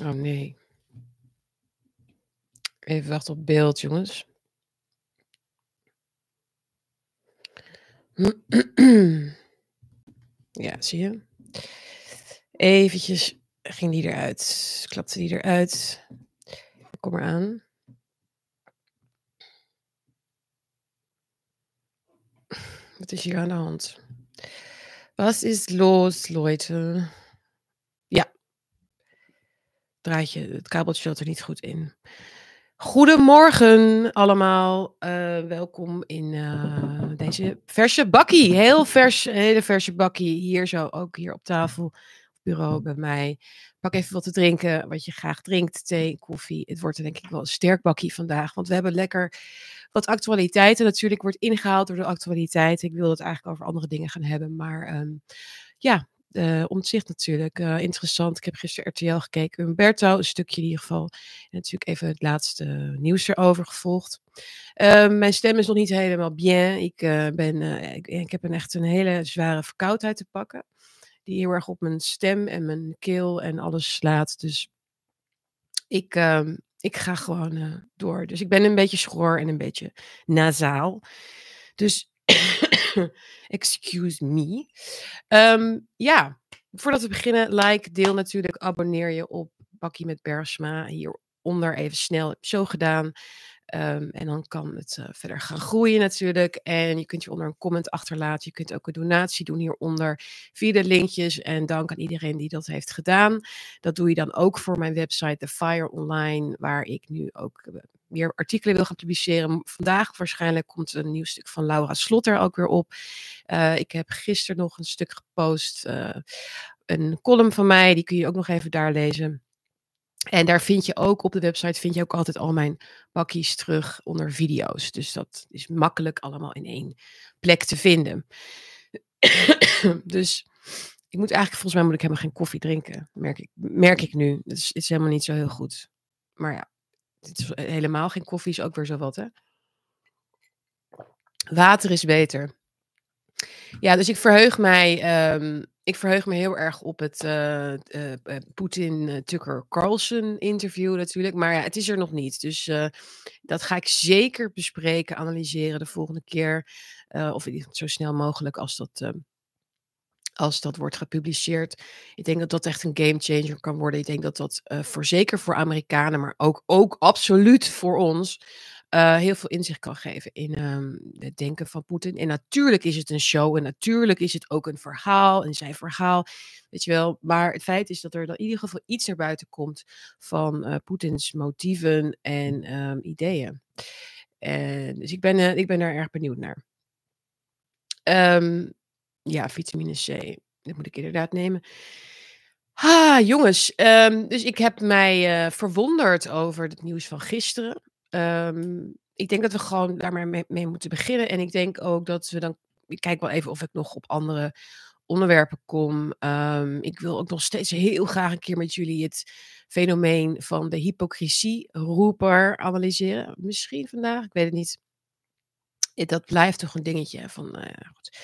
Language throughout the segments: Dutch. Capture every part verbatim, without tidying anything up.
Oh nee. Even wachten op beeld, jongens. Ja, zie je? Eventjes ging die eruit. Klapte die eruit. Kom eraan. Wat is hier aan de hand? Was is los, Leute? Ja. Draadje, het kabeltje zat er niet goed in. Goedemorgen allemaal. Uh, welkom in uh, deze verse bakkie. Heel vers, hele verse bakkie. Hier zo, ook hier op tafel, op bureau bij mij. Pak even wat te drinken, wat je graag drinkt. Thee, koffie. Het wordt denk ik wel een sterk bakkie vandaag. Want we hebben lekker wat actualiteiten. Natuurlijk wordt ingehaald door de actualiteiten. Ik wil het eigenlijk over andere dingen gaan hebben. Maar um, ja... Uh, Omtzigt natuurlijk, uh, interessant. Ik heb gisteren R T L gekeken, Umberto, een stukje in ieder geval. En natuurlijk even het laatste nieuws erover gevolgd. Uh, mijn stem is nog niet helemaal bien. Ik, uh, ben, uh, ik, ik heb een echt een hele zware verkoudheid te pakken. Die heel erg op mijn stem en mijn keel en alles slaat. Dus ik, uh, ik ga gewoon uh, door. Dus ik ben een beetje schor en een beetje nasaal. Dus... Excuse me. Um, ja, voordat we beginnen, like, deel natuurlijk, abonneer je op Bakkie met Bergsma. Hieronder even snel, zo gedaan. Um, en dan kan het uh, verder gaan groeien natuurlijk. En je kunt hieronder een comment achterlaten. Je kunt ook een donatie doen hieronder via de linkjes. En dank aan iedereen die dat heeft gedaan. Dat doe je dan ook voor mijn website The Fire Online, waar ik nu ook uh, meer artikelen wil gaan publiceren. Vandaag waarschijnlijk komt een nieuw stuk van Laura Slotter ook weer op. Uh, ik heb gisteren nog een stuk gepost. Uh, een column van mij, die kun je ook nog even daar lezen. En daar vind je ook op de website vind je ook altijd al mijn bakkies terug onder video's. Dus dat is makkelijk allemaal in één plek te vinden. Dus ik moet eigenlijk, volgens mij moet ik helemaal geen koffie drinken. Merk ik, merk ik nu. Het is, het is helemaal niet zo heel goed. Maar ja, het is helemaal geen koffie is ook weer zo wat, hè. Water is beter. Ja, dus ik verheug mij, um, ik verheug me heel erg op het uh, uh, uh, Poetin-Tucker-Carlson interview natuurlijk. Maar ja, het is er nog niet. Dus uh, dat ga ik zeker bespreken, analyseren de volgende keer. Uh, of zo snel mogelijk als dat, uh, als dat wordt gepubliceerd. Ik denk dat dat echt een gamechanger kan worden. Ik denk dat dat uh, voor, zeker voor Amerikanen, maar ook, ook absoluut voor ons... Uh, heel veel inzicht kan geven in um, het denken van Poetin. En natuurlijk is het een show en natuurlijk is het ook een verhaal en zijn verhaal, weet je wel. Maar het feit is dat er dan in ieder geval iets naar buiten komt van uh, Poetins motieven en um, ideeën. En, dus ik ben, uh, ik ben daar erg benieuwd naar. Um, ja, vitamine C, dat moet ik inderdaad nemen. Ah, jongens, um, dus ik heb mij uh, verwonderd over het nieuws van gisteren. Um, ik denk dat we gewoon daar maar mee, mee moeten beginnen. En ik denk ook dat we dan... Ik kijk wel even of ik nog op andere onderwerpen kom. Um, ik wil ook nog steeds heel graag een keer met jullie het fenomeen van de hypocrisie-roeper analyseren. Misschien vandaag, ik weet het niet. Dat blijft toch een dingetje van... Nou ja, goed.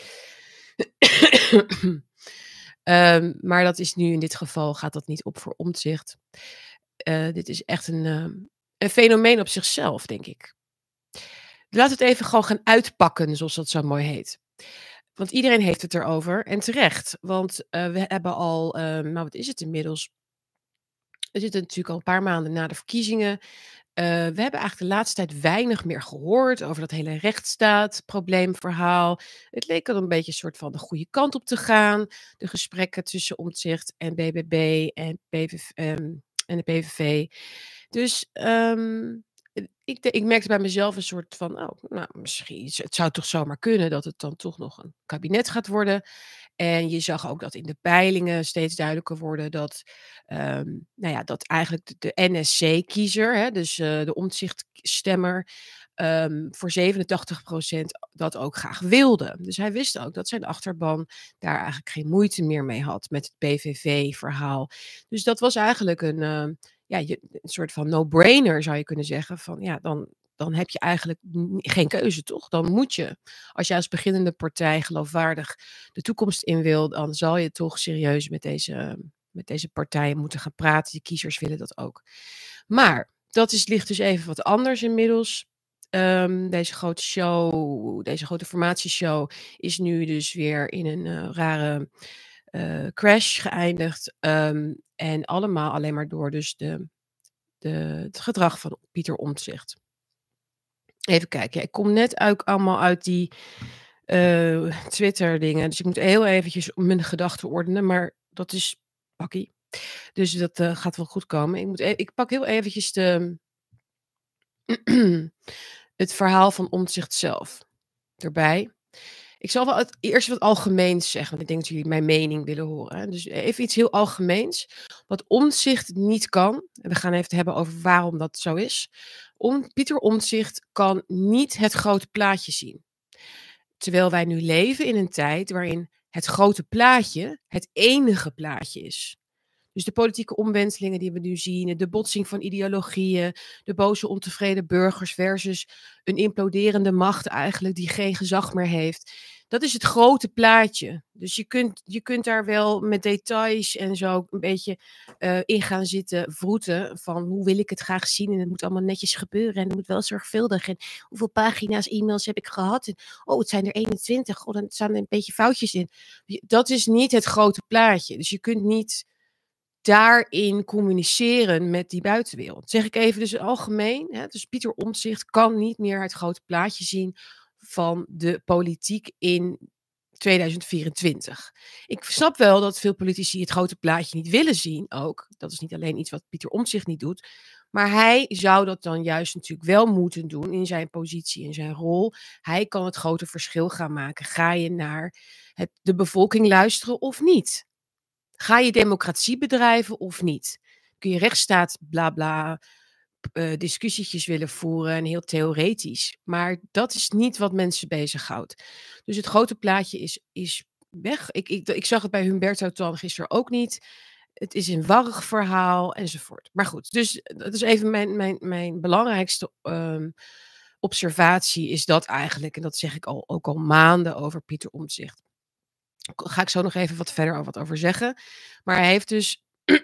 um, maar dat is nu in dit geval, gaat dat niet op voor Omtzigt. Uh, dit is echt een... Um, Een fenomeen op zichzelf, denk ik. Laten we het even gewoon gaan uitpakken, zoals dat zo mooi heet. Want iedereen heeft het erover. En terecht. Want uh, we hebben al, uh, nou wat is het inmiddels? We zitten natuurlijk al een paar maanden na de verkiezingen. Uh, we hebben eigenlijk de laatste tijd weinig meer gehoord over dat hele rechtsstaat-probleemverhaal. Het leek al een beetje een soort van de goede kant op te gaan. De gesprekken tussen Omtzigt en B B B en, P V V, um, en de P V V. Dus um, ik, ik merkte bij mezelf een soort van, oh, nou, misschien, het zou toch zomaar kunnen dat het dan toch nog een kabinet gaat worden. En je zag ook dat in de peilingen steeds duidelijker worden dat, um, nou ja, dat eigenlijk de, de N S C-kiezer, hè, dus uh, de Omtzigt-stemmer, um, voor zevenentachtig procent dat ook graag wilde. Dus hij wist ook dat zijn achterban daar eigenlijk geen moeite meer mee had met het P V V-verhaal. Dus dat was eigenlijk een... Uh, ja, je, een soort van no-brainer zou je kunnen zeggen. Van ja, dan, dan heb je eigenlijk geen keuze, toch? Dan moet je, als je als beginnende partij geloofwaardig de toekomst in wil, dan zal je toch serieus met deze met deze partijen moeten gaan praten. De kiezers willen dat ook. Maar dat is, ligt dus even wat anders inmiddels. Um, deze grote show, deze grote formatieshow is nu dus weer in een uh, rare uh, crash geëindigd. Um, en allemaal alleen maar door dus de, de, het gedrag van Pieter Omtzigt. Even kijken, ja, ik kom net ook allemaal uit die uh, Twitter dingen. Dus ik moet heel eventjes mijn gedachten ordenen, maar dat is pakkie. Dus dat uh, gaat wel goed komen. Ik, moet e- ik pak heel eventjes de, het verhaal van Omtzigt zelf erbij. Ik zal wel het eerst wat algemeens zeggen, want ik denk dat jullie mijn mening willen horen. Hè. Dus even iets heel algemeens. Wat Omtzigt niet kan, en we gaan even het hebben over waarom dat zo is. Om, Pieter Omtzigt kan niet het grote plaatje zien. Terwijl wij nu leven in een tijd waarin het grote plaatje het enige plaatje is. Dus de politieke omwentelingen die we nu zien, de botsing van ideologieën, de boze ontevreden burgers versus een imploderende macht eigenlijk die geen gezag meer heeft. Dat is het grote plaatje. Dus je kunt, je kunt daar wel met details en zo een beetje uh, in gaan zitten vroeten van hoe wil ik het graag zien en het moet allemaal netjes gebeuren en het moet wel zorgvuldig en hoeveel pagina's e-mails heb ik gehad en oh het zijn er eenentwintig, oh dan staan er een beetje foutjes in. Dat is niet het grote plaatje. Dus je kunt niet daarin communiceren met die buitenwereld. Dat zeg ik even dus algemeen. Hè? Dus Pieter Omtzigt kan niet meer het grote plaatje zien van de politiek in tweeduizend vierentwintig. Ik snap wel dat veel politici het grote plaatje niet willen zien ook. Dat is niet alleen iets wat Pieter Omtzigt niet doet. Maar hij zou dat dan juist natuurlijk wel moeten doen in zijn positie, in zijn rol. Hij kan het grote verschil gaan maken. Ga je naar het, de bevolking luisteren of niet? Ga je democratie bedrijven of niet? Kun je rechtsstaat, bla bla, uh, discussietjes willen voeren en heel theoretisch. Maar dat is niet wat mensen bezighoudt. Dus het grote plaatje is, is weg. Ik, ik, ik zag het bij Humberto Tan gisteren ook niet. Het is een warrig verhaal enzovoort. Maar goed, dus dat is even mijn, mijn, mijn belangrijkste um, observatie is dat eigenlijk. En dat zeg ik al, ook al maanden over Pieter Omtzigt. Daar ga ik zo nog even wat verder over, wat over zeggen. Maar hij heeft dus...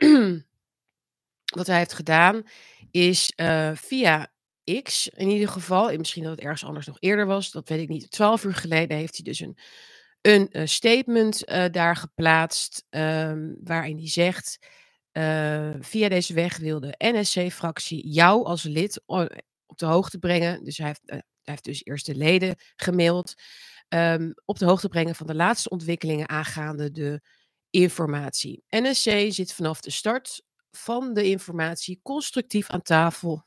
wat hij heeft gedaan is uh, via X, in ieder geval, misschien dat het ergens anders nog eerder was, dat weet ik niet. Twaalf uur geleden heeft hij dus een, een, een statement uh, daar geplaatst, um, waarin hij zegt, uh, via deze weg wil de N S C-fractie jou als lid op de hoogte brengen. Dus hij heeft, uh, hij heeft dus eerst de leden gemaild, um, op de hoogte brengen van de laatste ontwikkelingen aangaande de informatie. N S C zit vanaf de start van de informatie constructief aan tafel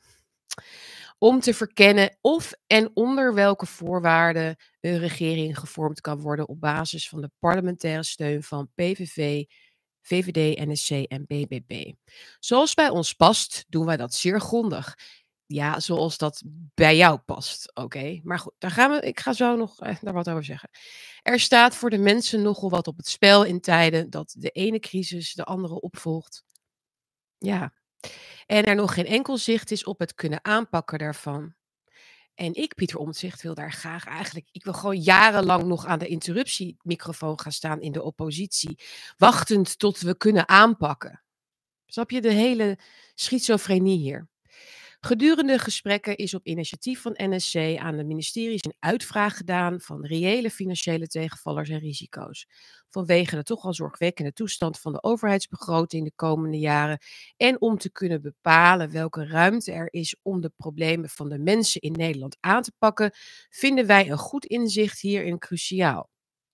om te verkennen of en onder welke voorwaarden een regering gevormd kan worden op basis van de parlementaire steun van P V V, V V D, N S C en B B B. Zoals bij ons past, doen wij dat zeer grondig. Ja, zoals dat bij jou past. Oké, okay. Maar goed, daar gaan we, ik ga zo nog eh, daar wat over zeggen. Er staat voor de mensen nogal wat op het spel in tijden dat de ene crisis de andere opvolgt. Ja, en er nog geen enkel zicht is op het kunnen aanpakken daarvan. En ik, Pieter Omtzigt, wil daar graag eigenlijk... Ik wil gewoon jarenlang nog aan de interruptiemicrofoon gaan staan in de oppositie. Wachtend tot we kunnen aanpakken. Snap je de hele schizofrenie hier? Gedurende gesprekken is op initiatief van N S C aan de ministeries een uitvraag gedaan van reële financiële tegenvallers en risico's. Vanwege de toch al zorgwekkende toestand van de overheidsbegroting de komende jaren en om te kunnen bepalen welke ruimte er is om de problemen van de mensen in Nederland aan te pakken, vinden wij een goed inzicht hierin cruciaal.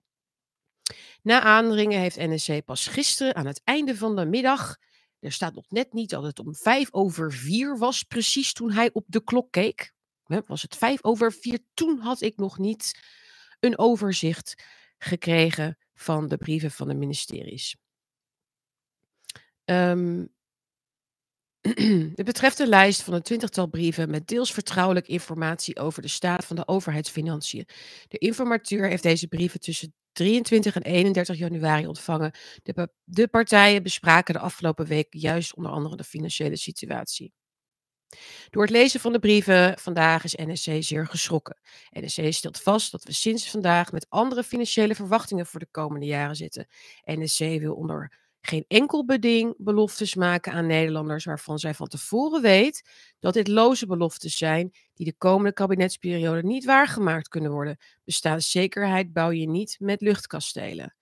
Na aandringen heeft N S C pas gisteren aan het einde van de middag... Er staat nog net niet dat het om vijf over vier was, precies toen hij op de klok keek. Was het vijf over vier? Toen had ik nog niet een overzicht gekregen van de brieven van de ministeries. Um, het betreft een lijst van een twintigtal brieven met deels vertrouwelijk informatie over de staat van de overheidsfinanciën. De informateur heeft deze brieven tussen drieëntwintig en eenendertig januari ontvangen. De, de partijen bespraken de afgelopen week juist onder andere de financiële situatie. Door het lezen van de brieven vandaag is N S C zeer geschrokken. N S C stelt vast dat we sinds vandaag met andere financiële verwachtingen voor de komende jaren zitten. N S C wil onder geen enkel beding beloftes maken aan Nederlanders waarvan zij van tevoren weet dat dit loze beloftes zijn die de komende kabinetsperiode niet waargemaakt kunnen worden. Bestaanszekerheid bouw je niet met luchtkastelen.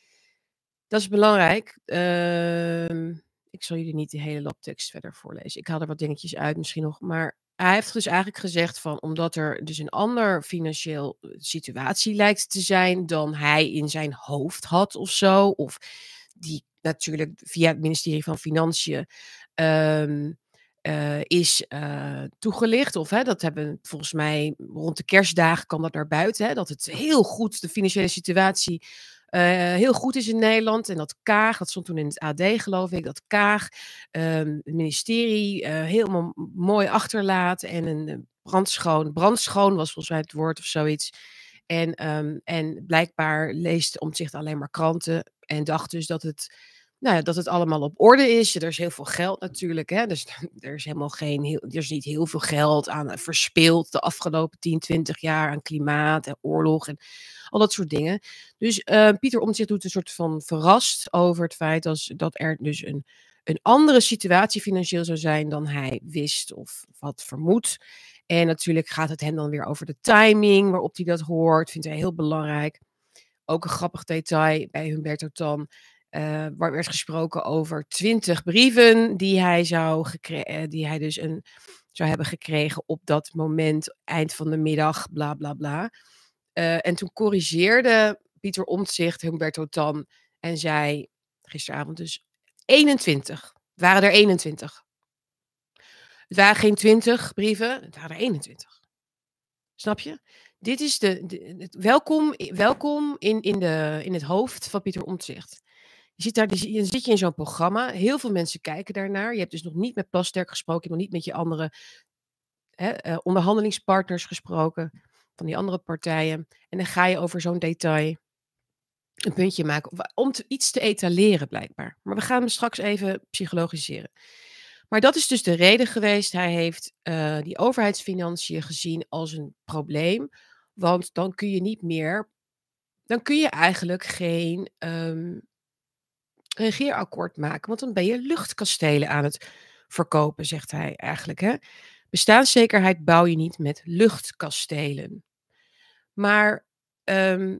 Dat is belangrijk. Ehm, ik zal jullie niet de hele labtekst verder voorlezen. Ik haal er wat dingetjes uit misschien nog. Maar hij heeft dus eigenlijk gezegd van, omdat er dus een ander financieel eh, situatie lijkt te zijn dan hij in zijn hoofd had of zo. Of die natuurlijk via het ministerie van Financiën ehm, eh, is eh, toegelicht. Of hè, dat hebben volgens mij rond de kerstdagen kan dat naar buiten. Hè, dat het heel goed, de financiële situatie eh, heel goed is in Nederland. En dat Kaag, dat stond toen in het A D geloof ik, dat Kaag ehm, het ministerie eh, helemaal m- mooi achterlaat. En een eh, brandschoon, brandschoon was volgens mij het woord of zoiets. En, ehm, en blijkbaar leest Omtzigt alleen maar kranten en dacht dus dat het, nou ja, dat het allemaal op orde is. Er is heel veel geld natuurlijk. Hè? Dus er is helemaal geen, heel, er is niet heel veel geld aan eh, verspild de afgelopen tien, twintig jaar aan klimaat en oorlog en al dat soort dingen. Dus eh, Pieter Omtzigt doet een soort van verrast over het feit als, dat er dus een, een andere situatie financieel zou zijn dan hij wist of had vermoed. En natuurlijk gaat het hem dan weer over de timing waarop hij dat hoort. Vindt hij heel belangrijk. Ook een grappig detail bij Humberto Tan. eh, waar werd gesproken over twintig brieven die hij, zou gekre- eh, die hij dus een, zou hebben gekregen op dat moment, eind van de middag, bla bla bla. Eh, en toen corrigeerde Pieter Omtzigt Humberto Tan en zei, gisteravond dus, eenentwintig. Het waren er eenentwintig. Het waren geen twintig brieven, het waren er eenentwintig. Snap je? Dit is de, de, het- welkom, welkom in, in, de, in het hoofd van Pieter Omtzigt. Je zit, daar, dus je zit je in zo'n programma. Heel veel mensen kijken daarnaar. Je hebt dus nog niet met Plasterk gesproken. Je hebt nog niet met je andere hè, eh, onderhandelingspartners gesproken. Van die andere partijen. En dan ga je over zo'n detail een puntje maken. wa- Om te, iets te etaleren blijkbaar. Maar we gaan hem straks even psychologiseren. Maar dat is dus de reden geweest. Hij heeft eh, die overheidsfinanciën gezien als een probleem. Want dan kun je niet meer. Dan kun je eigenlijk geen ehm, regeerakkoord maken. Want dan ben je luchtkastelen aan het verkopen, zegt hij eigenlijk. Hè? Bestaanszekerheid bouw je niet met luchtkastelen. Maar ehm,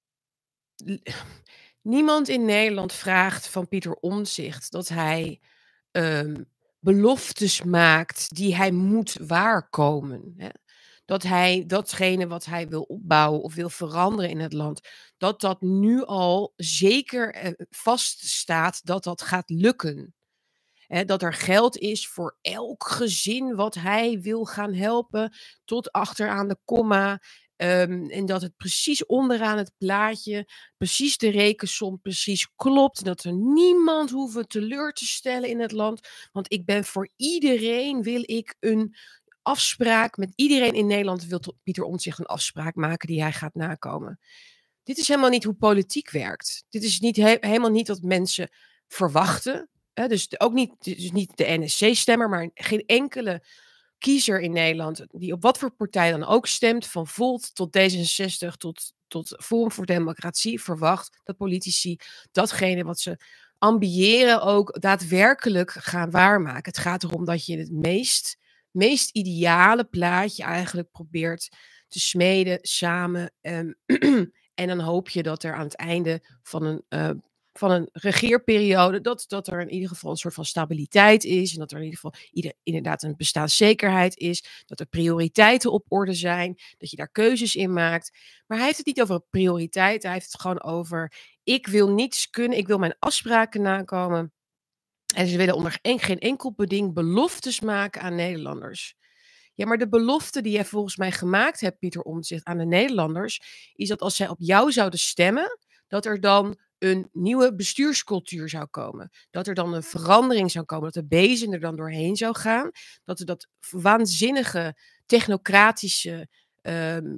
l- niemand in Nederland vraagt van Pieter Omtzigt dat hij ehm, beloftes maakt die hij moet waarkomen. Hè? Dat hij datgene wat hij wil opbouwen of wil veranderen in het land, dat dat nu al zeker eh, vaststaat dat dat gaat lukken. Hè, dat er geld is voor elk gezin wat hij wil gaan helpen, tot achteraan de komma. Ehm, en dat het precies onderaan het plaatje, precies de rekensom precies klopt. En dat er niemand hoeven teleur te stellen in het land. Want ik ben voor iedereen, wil ik een afspraak, met iedereen in Nederland wil to- Pieter Omtzigt een afspraak maken die hij gaat nakomen. Dit is helemaal niet hoe politiek werkt. Dit is niet he- helemaal niet wat mensen verwachten. Hè? Dus de- ook niet, dus niet de N S C-stemmer, maar geen enkele kiezer in Nederland, die op wat voor partij dan ook stemt, van Volt tot D zesenzestig tot, tot Forum voor Democratie, verwacht dat politici datgene wat ze ambiëren ook daadwerkelijk gaan waarmaken. Het gaat erom dat je het meest, meest ideale plaatje eigenlijk probeert te smeden samen. ehm, en dan hoop je dat er aan het einde van een, eh, van een regeerperiode, dat, dat er in ieder geval een soort van stabiliteit is. En dat er in ieder geval ieder, inderdaad een bestaanszekerheid is. Dat er prioriteiten op orde zijn. Dat je daar keuzes in maakt. Maar hij heeft het niet over prioriteit. Hij heeft het gewoon over, ik wil niets kunnen. Ik wil mijn afspraken nakomen. En ze willen onder en- geen enkel beding beloftes maken aan Nederlanders. Ja, maar de belofte die jij volgens mij gemaakt hebt, Pieter Omtzigt, aan de Nederlanders, is dat als zij op jou zouden stemmen, dat er dan een nieuwe bestuurscultuur zou komen. Dat er dan een verandering zou komen, dat de bezem er dan doorheen zou gaan. Dat er dat waanzinnige technocratische ehm,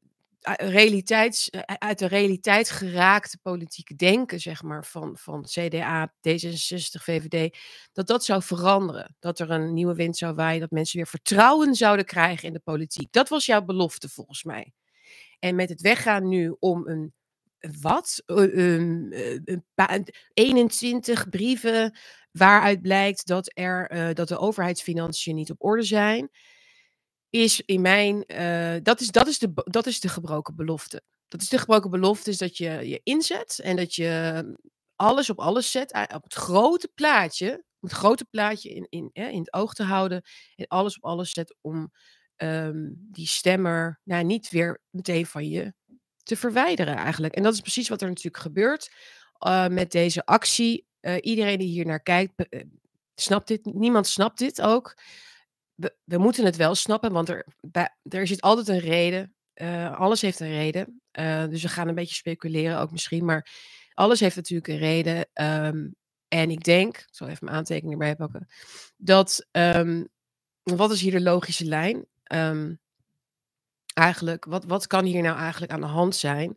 u- realiteits, eh, uit de realiteit geraakte politieke denken, zeg maar, van, van C D A, D zesenzestig, V V D, dat dat zou veranderen. Dat er een nieuwe wind zou waaien, dat mensen weer vertrouwen zouden krijgen in de politiek. Dat was jouw belofte volgens mij. En met het weggaan nu om een wat? Uh, um, uh, een pa eenentwintig brieven waaruit blijkt dat er, uh, dat de overheidsfinanciën niet op orde zijn, is in mijn, uh, dat is dat is de b dat is de gebroken belofte. Dat is de gebroken belofte is dat je je inzet en dat je alles op alles zet, a op het grote plaatje, om het grote plaatje in in hè, in het oog te houden en alles op alles zet om, ehm, die stemmer, nou, niet weer meteen van je te verwijderen eigenlijk. En dat is precies wat er natuurlijk gebeurt, uh, met deze actie. Uh, iedereen die hier naar kijkt, be eh, snapt dit. Niemand snapt dit ook. We we moeten het wel snappen, want er bij er zit altijd een reden. Uh, alles heeft een reden. Uh, dus we gaan een beetje speculeren ook misschien, maar alles heeft natuurlijk een reden. Ehm, en ik denk, ik zal even mijn aantekeningen erbij pakken, dat, ehm, wat is hier de logische lijn? Ehm, eigenlijk, wat wat kan hier nou eigenlijk aan de hand zijn?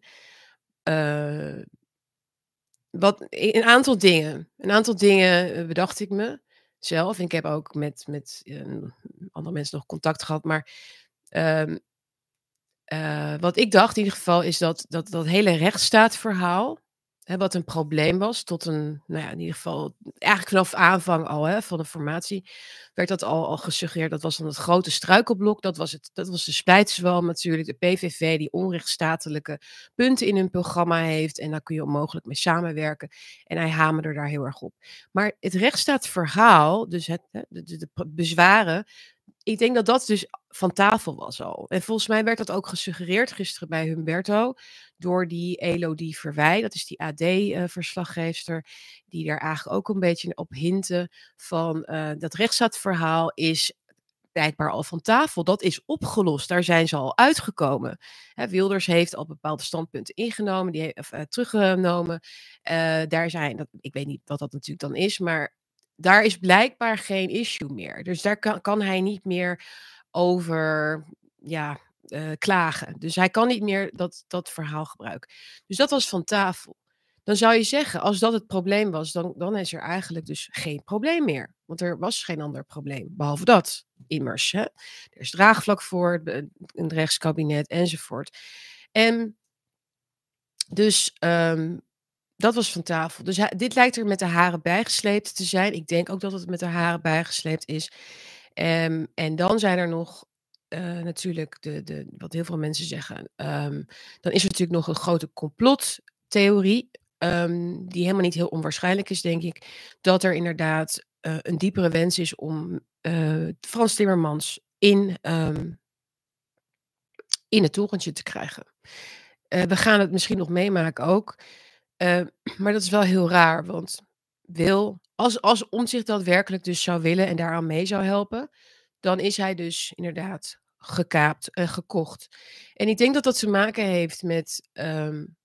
Uh, wat e een aantal dingen. Een aantal dingen, uh, bedacht ik me zelf. En ik heb ook met met, um, andere mensen nog contact gehad, maar, ehm Uh, wat ik dacht in ieder geval is dat dat dat hele rechtsstaatverhaal, hè, wat een probleem was tot een, nou ja, in ieder geval eigenlijk vanaf aanvang al, hè, van de formatie, werd dat al al gesuggereerd. Dat was dan het grote struikelblok. Dat was het dat was de splijtswam natuurlijk, de P V V die onrechtsstatelijke punten in hun programma heeft en daar kun je onmogelijk mee samenwerken. En hij hamerde daar heel erg op. Maar het rechtsstaatsverhaal, dus het, hè, de de de bezwaren, ik denk dat dat dus van tafel was al. En volgens mij werd dat ook gesuggereerd gisteren bij Humberto door die Elodie Verwij. Dat is die A D-verslaggeefster, die daar eigenlijk ook een beetje op hintte van uh, dat rechtsstaatverhaal is blijkbaar al van tafel. Dat is opgelost. Daar zijn ze al uitgekomen. Hè, Wilders heeft al bepaalde standpunten ingenomen, die heeft uh, teruggenomen. Uh, daar zijn, dat, ik weet niet wat dat natuurlijk dan is, maar daar is blijkbaar geen issue meer. Dus daar kan, kan hij niet meer over, ja, uh, klagen. Dus hij kan niet meer dat, dat verhaal gebruiken. Dus dat was van tafel. Dan zou je zeggen, als dat het probleem was, dan, dan is er eigenlijk dus geen probleem meer. Want er was geen ander probleem, behalve dat, immers. Hè? Er is draagvlak voor, een rechtskabinet enzovoort. En dus um, dat was van tafel. Dus hij, dit lijkt er met de haren bijgesleept te zijn. Ik denk ook dat het met de haren bijgesleept is. Um, en dan zijn er nog uh, natuurlijk, de, de, wat heel veel mensen zeggen, um, dan is er natuurlijk nog een grote complottheorie. Um, die helemaal niet heel onwaarschijnlijk is, denk ik. Dat er inderdaad uh, een diepere wens is om uh, Frans Timmermans in, um, in het torentje te krijgen. Uh, we gaan het misschien nog meemaken ook. Uh, maar dat is wel heel raar, want wil, als, als Omtzigt daadwerkelijk dus zou willen en daaraan mee zou helpen, dan is hij dus inderdaad gekaapt en gekocht. En ik denk dat dat te maken heeft met um,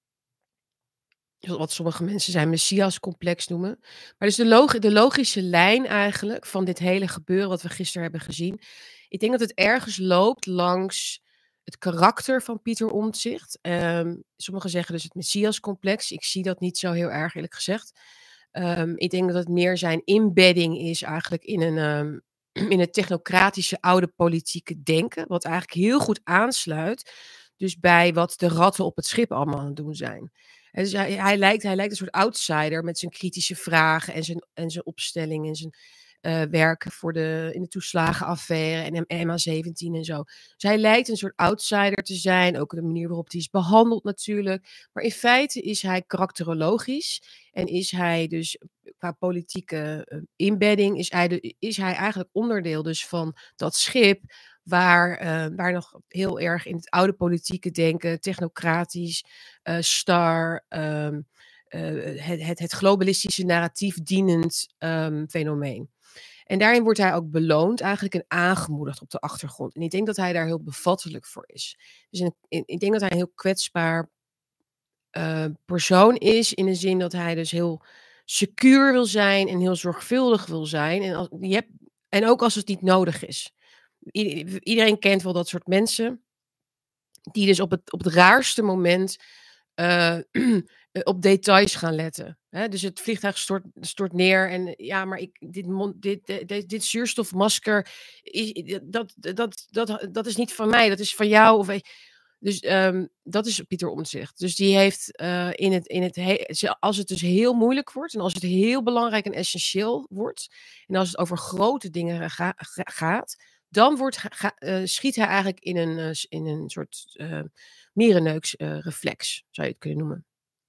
wat sommige mensen zijn Messias-complex noemen. Maar dus de, log de logische lijn eigenlijk van dit hele gebeuren wat we gisteren hebben gezien. Ik denk dat het ergens loopt langs het karakter van Pieter Omtzigt. Um, sommigen zeggen dus het Messias-complex. Ik zie dat niet zo heel erg, eerlijk gezegd. Um, ik denk dat het meer zijn inbedding is eigenlijk in een, um, in het technocratische oude politieke denken. Wat eigenlijk heel goed aansluit dus bij wat de ratten op het schip allemaal aan het doen zijn. En dus hij, hij, lijkt, hij lijkt een soort outsider met zijn kritische vragen en zijn, en zijn opstelling en zijn uh, werken voor de, in de toeslagenaffaire en M A zeventien en zo. Dus hij lijkt een soort outsider te zijn, ook de manier waarop hij is behandeld natuurlijk. Maar in feite is hij karakterologisch en is hij dus qua politieke uh, inbedding, is hij, de, is hij eigenlijk onderdeel dus van dat schip waar, uh, waar nog heel erg in het oude politieke denken, technocratisch, uh, star, um, uh, het, het, het globalistische narratief dienend um, fenomeen. En daarin wordt hij ook beloond eigenlijk en aangemoedigd op de achtergrond. En ik denk dat hij daar heel bevattelijk voor is. Dus in, in, ik denk dat hij een heel kwetsbaar uh, persoon is, in de zin dat hij dus heel secuur wil zijn en heel zorgvuldig wil zijn. En, als, je hebt, en ook als het niet nodig is. Iedereen kent wel dat soort mensen die dus op het, op het raarste moment uh, op details gaan letten. Hè? Dus het vliegtuig stort, stort neer en ja, maar ik, dit, dit, dit, dit, dit zuurstofmasker, is, dat, dat, dat, dat is niet van mij, dat is van jou. Of, Dus, ehm, dat is Pieter Omtzigt. Dus die heeft, eh, in het in het he ze als het dus heel moeilijk wordt en als het heel belangrijk en essentieel wordt en als het over grote dingen ga ga gaat, dan wordt ga ga eh, schiet hij eigenlijk in een, eh, s in een soort, eh, mierenneuks, eh, reflex, zou je het kunnen noemen.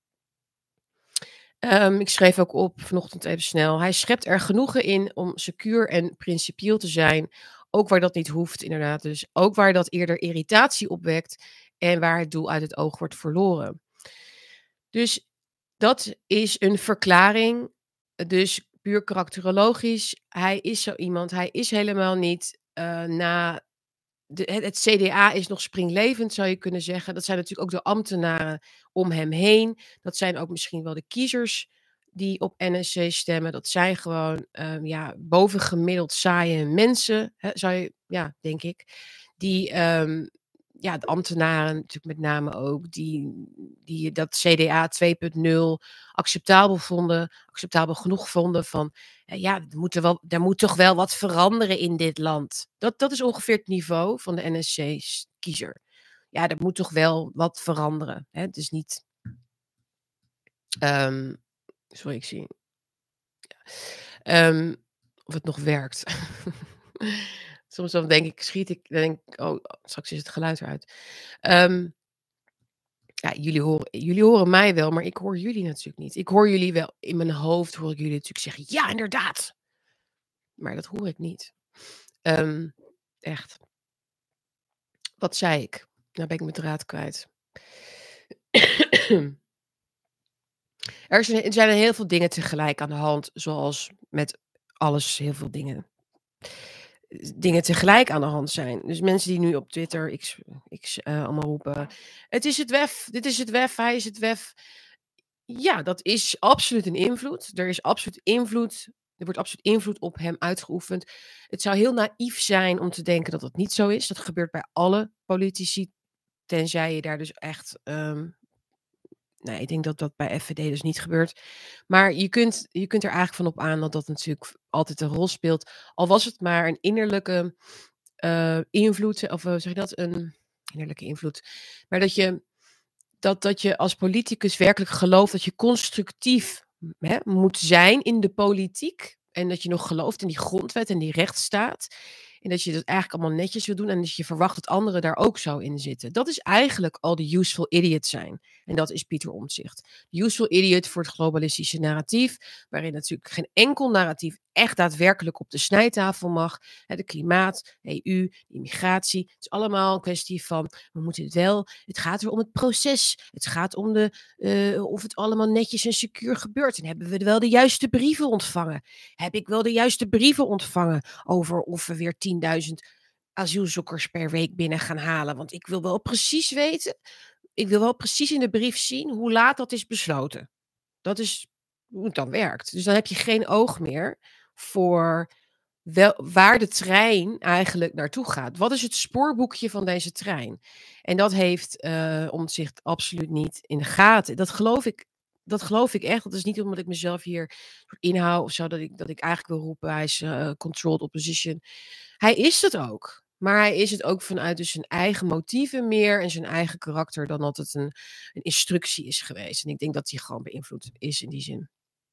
Ehm, ik schreef ook op vanochtend even snel. Hij schept er genoegen in om secuur en principieel te zijn, ook waar dat niet hoeft, inderdaad. Dus ook waar dat eerder irritatie opwekt en waar het doel uit het oog wordt verloren. Dus dat is een verklaring. Dus puur karakterologisch. Hij is zo iemand. Hij is helemaal niet eh, na. De, het, het C D A is nog springlevend, zou je kunnen zeggen. Dat zijn natuurlijk ook de ambtenaren om hem heen. Dat zijn ook misschien wel de kiezers die op N S C stemmen. Dat zijn gewoon ehm, ja, bovengemiddeld saaie mensen, hè, zou je, ja, denk ik. Die, ehm, ja, de ambtenaren natuurlijk met name ook, die, die dat C D A twee punt nul acceptabel vonden, acceptabel genoeg vonden van, eh, ja, er moet, er wel, er moet toch wel wat veranderen in dit land. Dat, dat is ongeveer het niveau van de N S C-kiezer. Ja, er moet toch wel wat veranderen. Hè? Het is niet. ehm, sorry, ik zie. ehm, of het nog werkt. Soms dan denk ik, schiet ik, dan denk ik, oh, straks is het geluid eruit. Ehm, ja, jullie horen, jullie horen mij wel, maar ik hoor jullie natuurlijk niet. Ik hoor jullie wel, in mijn hoofd hoor ik jullie natuurlijk zeggen, ja, inderdaad. Maar dat hoor ik niet. Ehm, echt. Wat zei ik? Nou ben ik mijn draad kwijt. Er zijn, er zijn heel veel dingen tegelijk aan de hand, zoals met alles heel veel dingen. Dingen tegelijk aan de hand zijn. Dus mensen die nu op Twitter, X, X eh, allemaal roepen, het is het W E F, dit is het W E F, hij is het W E F. Ja, dat is absoluut een invloed. Er is absoluut invloed. Er wordt absoluut invloed op hem uitgeoefend. Het zou heel naïef zijn om te denken dat dat niet zo is. Dat gebeurt bij alle politici. Tenzij je daar dus echt. ehm, nee, ik denk dat dat bij F V D dus niet gebeurt. Maar je kunt, je kunt er eigenlijk van op aan dat dat natuurlijk altijd een rol speelt. Al was het maar een innerlijke eh, invloed. Of hoe zeg je dat? Een innerlijke invloed. Maar dat je dat, dat je als politicus werkelijk gelooft dat je constructief hè, moet zijn in de politiek. En dat je nog gelooft in die grondwet en die rechtsstaat. En dat je dat eigenlijk allemaal netjes wil doen. En dat je verwacht dat anderen daar ook zo in zitten. Dat is eigenlijk al de useful idiot zijn. En dat is Pieter Omtzigt. De useful idiot voor het globalistische narratief. Waarin natuurlijk geen enkel narratief echt daadwerkelijk op de snijtafel mag. Hè, de klimaat, E U, de immigratie. Het is allemaal een kwestie van, we moeten het wel. Het gaat er om het proces. Het gaat om de, eh, of het allemaal netjes en secuur gebeurt. En hebben we wel de juiste brieven ontvangen? Heb ik wel de juiste brieven ontvangen over of we weer tienduizend asielzoekers per week binnen gaan halen? Want ik wil wel precies weten, ik wil wel precies in de brief zien hoe laat dat is besloten. Dat is hoe het dan werkt. Dus dan heb je geen oog meer voor wel, waar de trein eigenlijk naartoe gaat. Wat is het spoorboekje van deze trein? En dat heeft uh, Omtzigt absoluut niet in de gaten. Dat geloof ik. Dat geloof ik echt. Dat is niet omdat ik mezelf hier inhoud of zo, dat ik, dat ik eigenlijk wil roepen, hij is uh, controlled opposition. Hij is het ook. Maar hij is het ook vanuit dus zijn eigen motieven meer en zijn eigen karakter dan dat het een, een instructie is geweest. En ik denk dat hij gewoon beïnvloed is in die zin.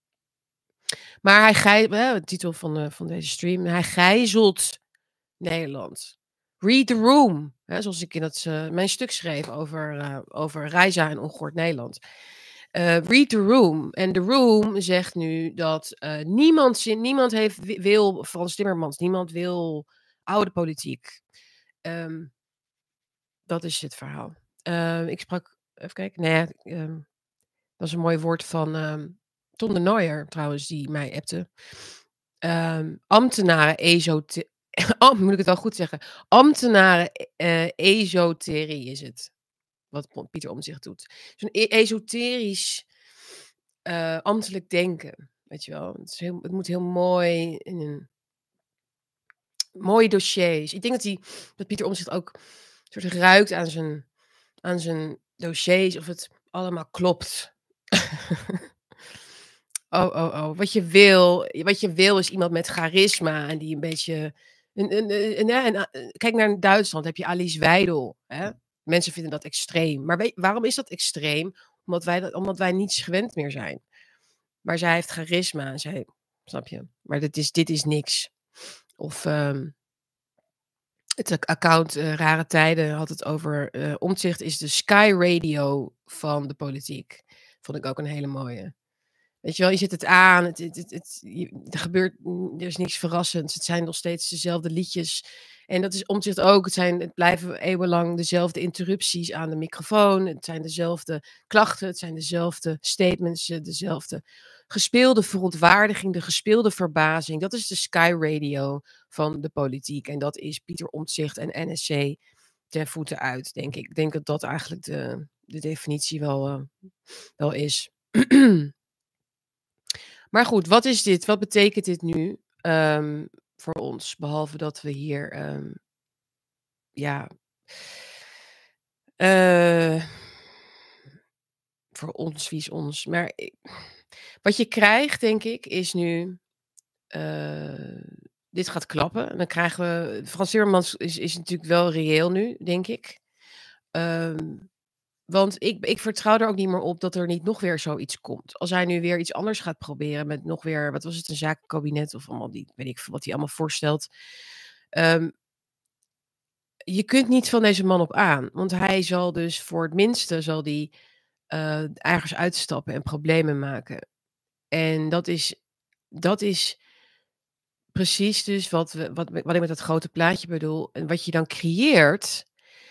Maar hij gijzelt, de titel van, de, van deze stream, hij gijzelt Nederland. Read the room. Hè, zoals ik in dat, uh, mijn stuk schreef over, uh, over Reiza en Ongehoord Nederland. Uh, read the room. En the room zegt nu dat uh, niemand, niemand heeft, wil, Frans Timmermans, niemand wil oude politiek. Um, dat is het verhaal. Uh, ik sprak, even kijken, nee, um, dat is een mooi woord van um, Ton de Nooijer trouwens, die mij appte. Um, ambtenaren esoterie. Oh, moet ik het wel goed zeggen? Ambtenaren uh, esoterie is het. Wat Pieter Omtzigt doet. Zo'n e- esoterisch uh, ambtelijk denken. Weet je wel. Het, is heel, het moet heel mooi in een mooie dossiers. Ik denk dat, hij, dat Pieter Omtzigt ook soort ruikt aan zijn, aan zijn dossiers. Of het allemaal klopt. Oh, oh, oh. Wat je wil, wat je wil is iemand met charisma en die een beetje. Een, een, een, een, een, kijk naar Duitsland, heb je Alice Weidel. Hè? Mensen vinden dat extreem. Maar weet waarom is dat extreem? Omdat wij dat omdat wij niets gewend meer zijn. Maar zij heeft charisma. Zij snap je? Maar dit is dit is niks. Of, ehm het ac account, eh, Rare Tijden had het over, eh, Omtzigt is de Sky Radio van de politiek. Vond ik ook een hele mooie. Weet je wel, je zet het aan, het het het het je er gebeurt n er is niks verrassends. Het zijn nog steeds dezelfde liedjes. En dat is Omtzigt ook. Het zijn het blijven eeuwenlang dezelfde interrupties aan de microfoon. Het zijn dezelfde klachten, het zijn dezelfde statements, eh, dezelfde gespeelde verontwaardiging, de gespeelde verbazing. Dat is de Sky Radio van de politiek. En dat is Pieter Omtzigt en N S C ten voeten uit, denk ik. Ik denk dat dat eigenlijk de de definitie wel, eh, wel is. Maar goed, wat is dit? Wat betekent dit nu, ehm, voor ons? Behalve dat we hier, ehm ja eh voor ons, wie is ons? Maar i wat je krijgt, denk ik, is nu, eh, dit gaat klappen. En dan krijgen we Frans Timmermans is is natuurlijk wel reëel nu, denk ik. Ehm, want ik ik vertrouw er ook niet meer op dat er niet nog weer zoiets komt. Als hij nu weer iets anders gaat proberen met nog weer, wat was het, een zakenkabinet of allemaal die weet ik veel wat hij allemaal voorstelt. Ehm je kunt niet van deze man op aan. Want hij zal dus voor het minste zal die, eh, ergens uitstappen en problemen maken. En dat is dat is precies dus wat we wat wat ik met dat grote plaatje bedoel. En wat je dan creëert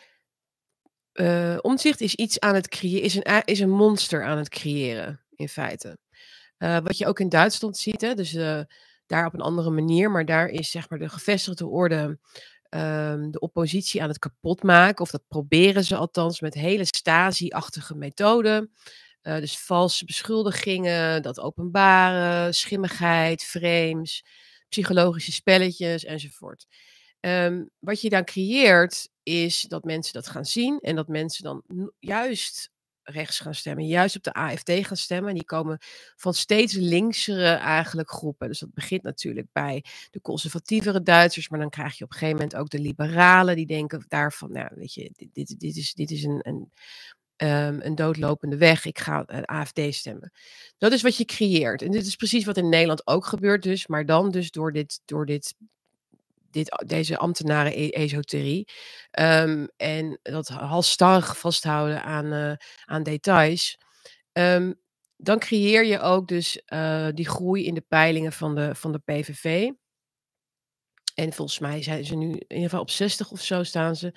eh, Omtzigt is iets aan het creë is een a is een monster aan het creëren, in feite. Eh, wat je ook in Duitsland ziet, hè, dus, eh, daar op een andere manier, maar daar is zeg maar de gevestigde orde, ehm, de oppositie aan het kapotmaken. Of dat proberen ze althans met hele Stasi-achtige methoden. Eh, dus valse beschuldigingen, dat openbaren, schimmigheid, frames, psychologische spelletjes enzovoort. Ehm, wat je dan creëert, is dat mensen dat gaan zien en dat mensen dan n juist rechts gaan stemmen, juist op de A F D gaan stemmen. Die komen van steeds linksere eigenlijk groepen. Dus dat begint natuurlijk bij de conservatievere Duitsers, maar dan krijg je op een gegeven moment ook de liberalen die denken daarvan, nou weet je, dit dit dit is dit is een een, ehm, een doodlopende weg. Ik ga, eh, A F D stemmen. Dat is wat je creëert. En dit is precies wat in Nederland ook gebeurt dus, maar dan dus door dit door dit dit deze ambtenaren-e-esoterie. Ehm, en dat halsstarrig vasthouden aan, eh, aan details. Ehm, dan creëer je ook dus, eh, die groei in de peilingen van de van de P V V. En volgens mij zijn ze nu in ieder geval op zestig of zo staan ze.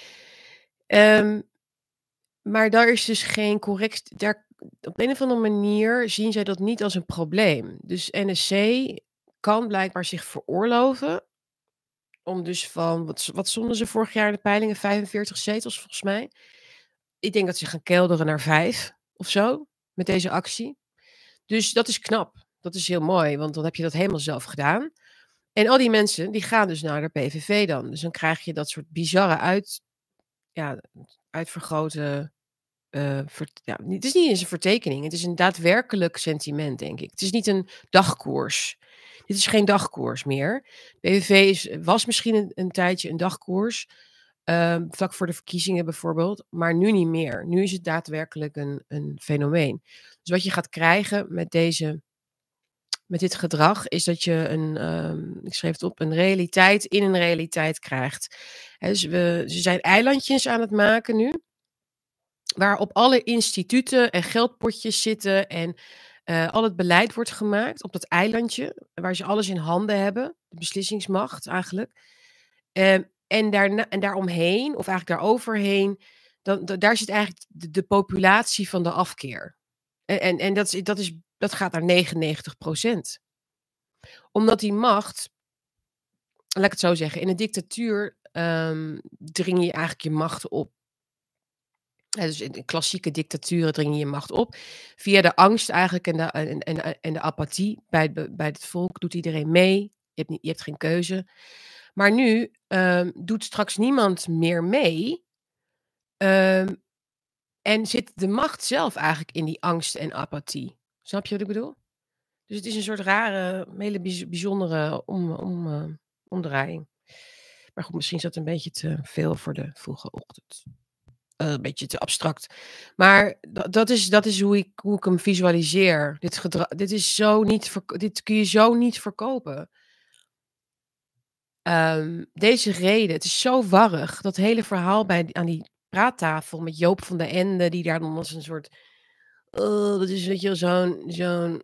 Ehm, maar daar is dus geen correct daar op een of andere manier zien zij dat niet als een probleem. Dus N S C kan blijkbaar zich veroorloven om dus van wat wat stonden ze vorig jaar in de peilingen? vijfenveertig zetels volgens mij. Ik denk dat ze gaan kelderen naar vijf of zo met deze actie. Dus dat is knap. Dat is heel mooi, want dan heb je dat helemaal zelf gedaan. En al die mensen die gaan dus naar de P V V dan. Dus dan krijg je dat soort bizarre uit ja, uitvergrote, eh, vert ja, het is niet eens een vertekening. Het is een daadwerkelijk sentiment, denk ik. Het is niet een dagkoers. Dit is geen dagkoers meer. P V V is was misschien een een tijdje een dagkoers, ehm, vlak voor de verkiezingen bijvoorbeeld, maar nu niet meer. Nu is het daadwerkelijk een een fenomeen. Dus wat je gaat krijgen met deze met dit gedrag is dat je een, ehm, ik schreef het op, een realiteit in een realiteit krijgt. Hè, dus we ze zijn eilandjes aan het maken nu, waarop alle instituten en geldpotjes zitten en, eh, al het beleid wordt gemaakt op dat eilandje, waar ze alles in handen hebben, de beslissingsmacht eigenlijk. Ehm, en daarna en daaromheen, of eigenlijk daaroverheen, dan da daar zit eigenlijk de de populatie van de afkeer. En en en dat is dat is dat gaat naar negenennegentig procent. Omdat die macht laat ik het zo zeggen, in een dictatuur, ehm, dring je eigenlijk je macht op. Hè, dus in in klassieke dictaturen dring je je macht op. Via de angst eigenlijk en de en en en de apathie bij het be bij het volk doet iedereen mee. Je hebt niet je hebt geen keuze. Maar nu, ehm, doet straks niemand meer mee, ehm, en zit de macht zelf eigenlijk in die angst en apathie. Snap je wat ik bedoel? Dus het is een soort rare, hele bijz bijzondere om om eh, omdraaiing. Maar goed, misschien is dat een beetje te veel voor de vroege ochtend. Uh, een beetje te abstract. Maar da dat is dat is hoe ik hoe ik hem visualiseer. Dit gedra dit is zo niet verk dit kun je zo niet verkopen. Ehm, deze reden, het is zo warrig. Dat hele verhaal bij aan die praattafel met Joop van den Ende, die daar dan als een soort uh, dat is weet je wel zo'n zo'n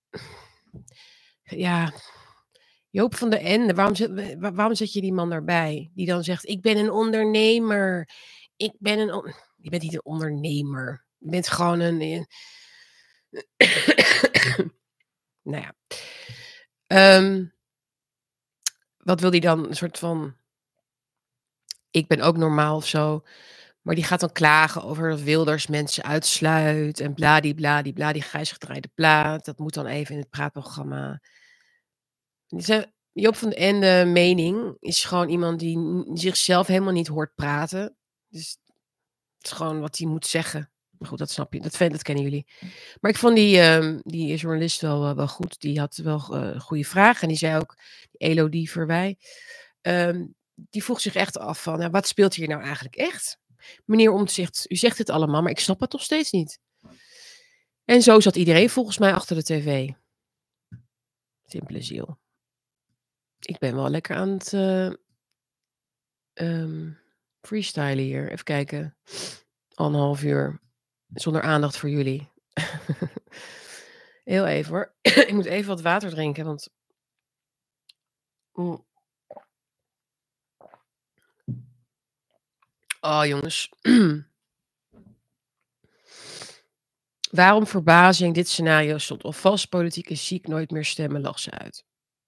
ja, Joop van den Ende, waarom zet w wa waarom zet je die man daarbij? Die dan zegt: "Ik ben een ondernemer. Ik ben een on" Je bent niet een ondernemer. Je bent gewoon een eh nou ja. Ehm, wat wil die dan? Een soort van ik ben ook normaal of zo. Maar die gaat dan klagen over dat Wilders mensen uitsluit en bladibladibla, die grijs gedraaide plaat. Dat moet dan even in het praatprogramma. Die zei Joop van den Ende mening is gewoon iemand die n zichzelf helemaal niet hoort praten. Dus het is gewoon wat hij moet zeggen. Maar goed, dat snap je. Dat ven dat kennen jullie. Maar ik vond die, ehm, die journalist wel, wel goed. Die had wel uh, goede vragen. En die zei ook, Elodie Verwij, ehm, die vroeg zich echt af van, nou, wat speelt hier nou eigenlijk echt? Meneer Omtzigt, u zegt het allemaal, maar ik snap het nog steeds niet. En zo zat iedereen volgens mij achter de tv. Simpele ziel. Ik ben wel lekker aan het uh, um, freestylen hier. Even kijken. Anderhalf uur. Zonder aandacht voor jullie. Heel even hoor. Ik moet even wat water drinken, want... Mm. Oh jongens. Waarom verbazing dit scenario stond of vast politiek is ziek, nooit meer stemmen, lag ze uit.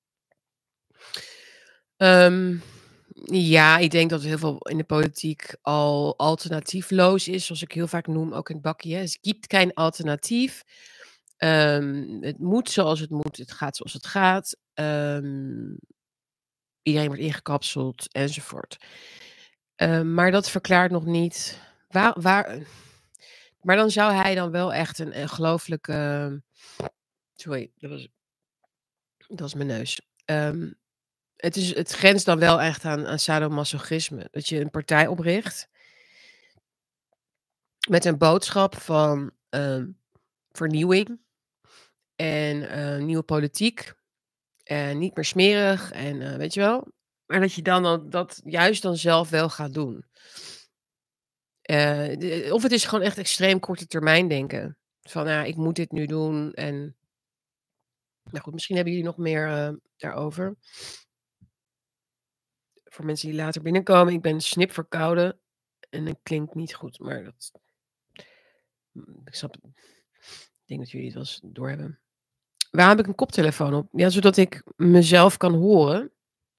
Um, ja, ik denk dat heel veel in de politiek al alternatiefloos is, zoals ik heel vaak noem, ook in het bakje. Het gibt geen alternatief. Um, het moet zoals het moet, het gaat zoals het gaat. Um, iedereen wordt ingekapseld, enzovoort. Um, maar dat verklaart nog niet waar, waar. Maar dan zou hij dan wel echt een, een gelooflijke. Sorry, dat was, dat was mijn neus. Um, het, is, het grenst dan wel echt aan, aan sadomasochisme. Dat je een partij opricht met een boodschap van um, vernieuwing en uh, nieuwe politiek. En niet meer smerig en uh, weet je wel. Maar dat je dan, dan dat juist dan zelf wel gaat doen. Uh, de, of het is gewoon echt extreem korte termijn denken. Van ja, ik moet dit nu doen. En nou goed, misschien hebben jullie nog meer uh, daarover. Voor mensen die later binnenkomen. Ik ben snipverkouden. En het klinkt niet goed, maar dat... Ik snap het. Ik denk dat jullie het wel eens doorhebben. Waar heb ik een koptelefoon op? Ja, zodat ik mezelf kan horen.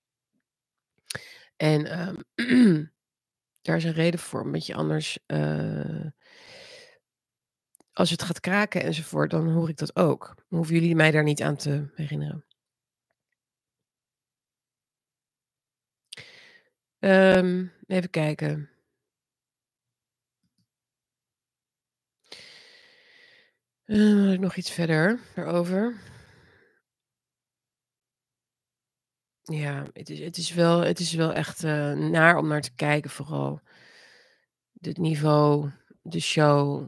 En um, daar is een reden voor. Een beetje anders... Uh, als het gaat kraken enzovoort, dan hoor ik dat ook. Dan hoeven jullie mij daar niet aan te herinneren. Um, even kijken. Uh, had ik nog iets verder daarover? Ja, het is, het is, wel, het is wel echt uh, naar om naar te kijken vooral. Het niveau, de show.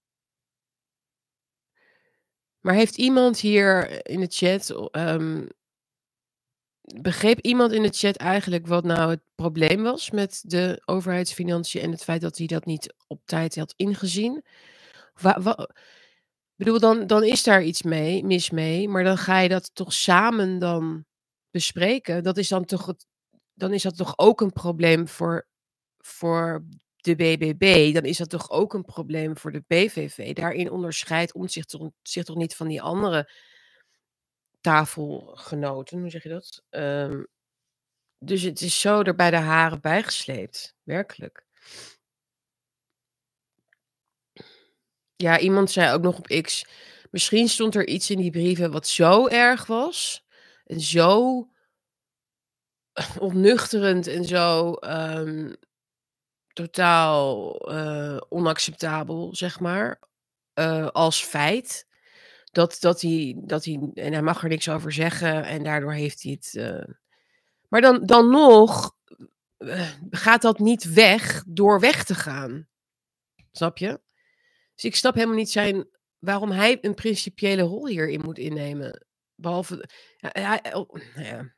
Maar heeft iemand hier in de chat... Um, begreep iemand in de chat eigenlijk wat nou het probleem was met de overheidsfinanciën en het feit dat hij dat niet op tijd had ingezien? Wa, wa, ik bedoel, dan, dan is daar iets mee, mis mee, maar dan ga je dat toch samen dan bespreken. Dat is dan toch het, dan is dat toch ook een probleem voor, voor de B B B. Dan is dat toch ook een probleem voor de P V V. Daarin onderscheidt Omtzigt zich, zich toch niet van die andere tafelgenoten, hoe zeg je dat? Um, dus het is zo er bij de haren bijgesleept, werkelijk. Ja, iemand zei ook nog op X, misschien stond er iets in die brieven wat zo erg was en zo ontnuchterend en zo um, totaal uh, onacceptabel, zeg maar, uh, als feit. Dat, dat, hij, dat hij, en hij mag er niks over zeggen en daardoor heeft hij het... Uh, maar dan, dan nog uh, gaat dat niet weg door weg te gaan. Snap je? Dus ik snap helemaal niet zijn waarom hij een principiële rol hierin moet innemen. Behalve ja, hij oh, nou ja.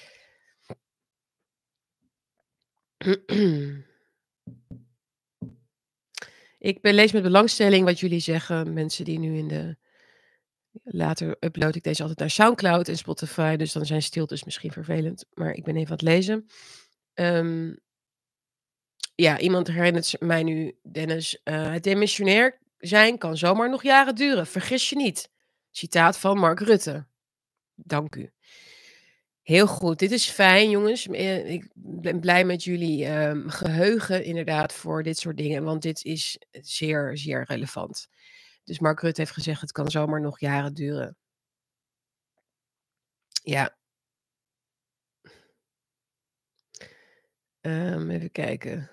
Ik be lees met belangstelling wat jullie zeggen, mensen die nu in de later upload ik deze altijd naar Soundcloud en Spotify, dus dan zijn stiltes misschien vervelend, maar ik ben even aan het lezen. Ehm, ja, iemand herinnert z mij nu, Dennis, eh, "Het demissionair zijn kan zomaar nog jaren duren, vergis je niet." Citaat van Mark Rutte. Dank u. Heel goed, dit is fijn jongens. Eh, ik ben blij met jullie, ehm, geheugen inderdaad voor dit soort dingen, want dit is zeer, zeer relevant. Dus Mark Rutte heeft gezegd: "Het kan zomaar nog jaren duren." Ja. Ehm, even kijken.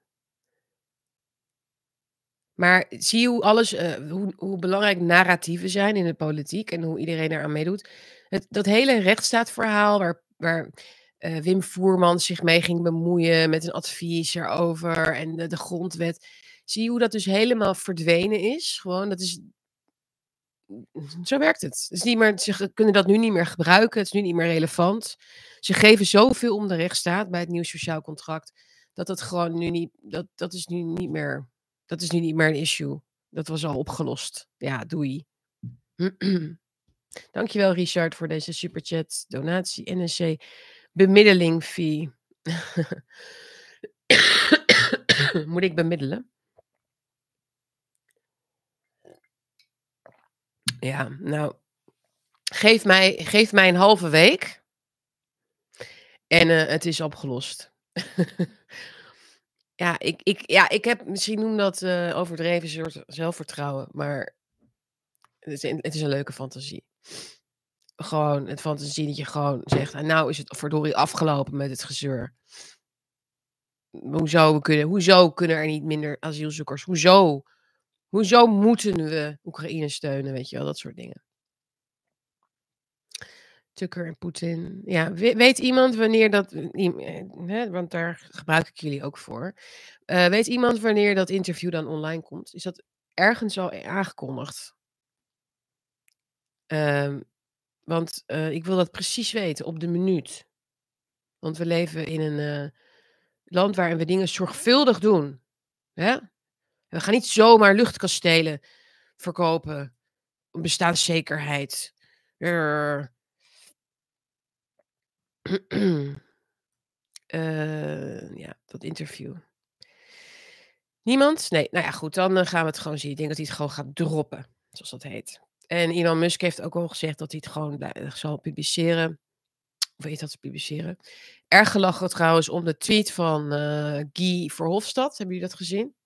Maar zie je hoe alles, eh, hoe hoe belangrijk narratieven zijn in de politiek en hoe iedereen eraan meedoet? Het dat hele rechtsstaatverhaal waar waar, eh, Wim Voermans zich mee ging bemoeien met een advies erover en de de grondwet. Zie je hoe dat dus helemaal verdwenen is? Gewoon, dat is zo werkt het. Het is niet meer ze ge kunnen dat nu niet meer gebruiken, het is nu niet meer relevant. Ze geven zoveel om de rechtsstaat bij het nieuw sociaal contract, dat het gewoon nu niet dat dat is nu niet meer dat is nu niet meer een issue. Dat was al opgelost. Ja, doei. Dankjewel Richard voor deze superchat, donatie, N S C bemiddeling fee. Moet ik bemiddelen? Ja, nou, geef mij geef mij een halve week en, eh, het is opgelost. Ja, ik ik ja, ik heb misschien noem dat, eh, overdreven soort zelfvertrouwen, maar het is een het is een leuke fantasie. Gewoon een fantasie dat je gewoon zegt: "En nou is het verdorie afgelopen met het gezeur." Hoezo kunnen hoezo kunnen er niet minder asielzoekers? Hoezo? Hoezo moeten we Oekraïne steunen? Weet je wel, dat soort dingen. Tucker en Poetin. Ja, we weet iemand wanneer dat iem eh, hè, want daar gebruik ik jullie ook voor. Eh, weet iemand wanneer dat interview dan online komt? Is dat ergens al aangekondigd? Ehm, want, eh, ik wil dat precies weten, op de minuut. Want we leven in een, eh, land waarin we dingen zorgvuldig doen, hè? We gaan niet zomaar luchtkastelen verkopen, bestaanszekerheid. Rrr. Eh, ja, dat interview. Niemand? Nee, nou ja, goed, dan, eh, gaan we het gewoon zien. Ik denk dat hij het gewoon gaat droppen, zoals dat heet. En Elon Musk heeft ook al gezegd dat hij het gewoon blij zal publiceren. Of weet dat publiceren. Erg gelachen trouwens om de tweet van, eh, Guy Verhofstadt. Hebben jullie dat gezien?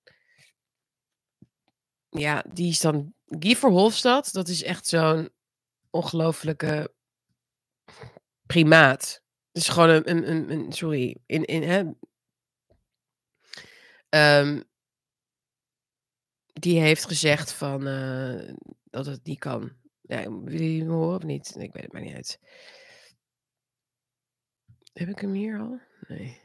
Ja, die is dan Guy Verhofstadt, dat is echt zo'n ongelofelijke primaat. Het is gewoon een een een een sorry, in in hè Ehm die heeft gezegd van, eh, dat het niet kan. Ja, willen jullie hem horen of niet? Nee, ik weet het maar niet uit. Heb ik hem hier al? Nee.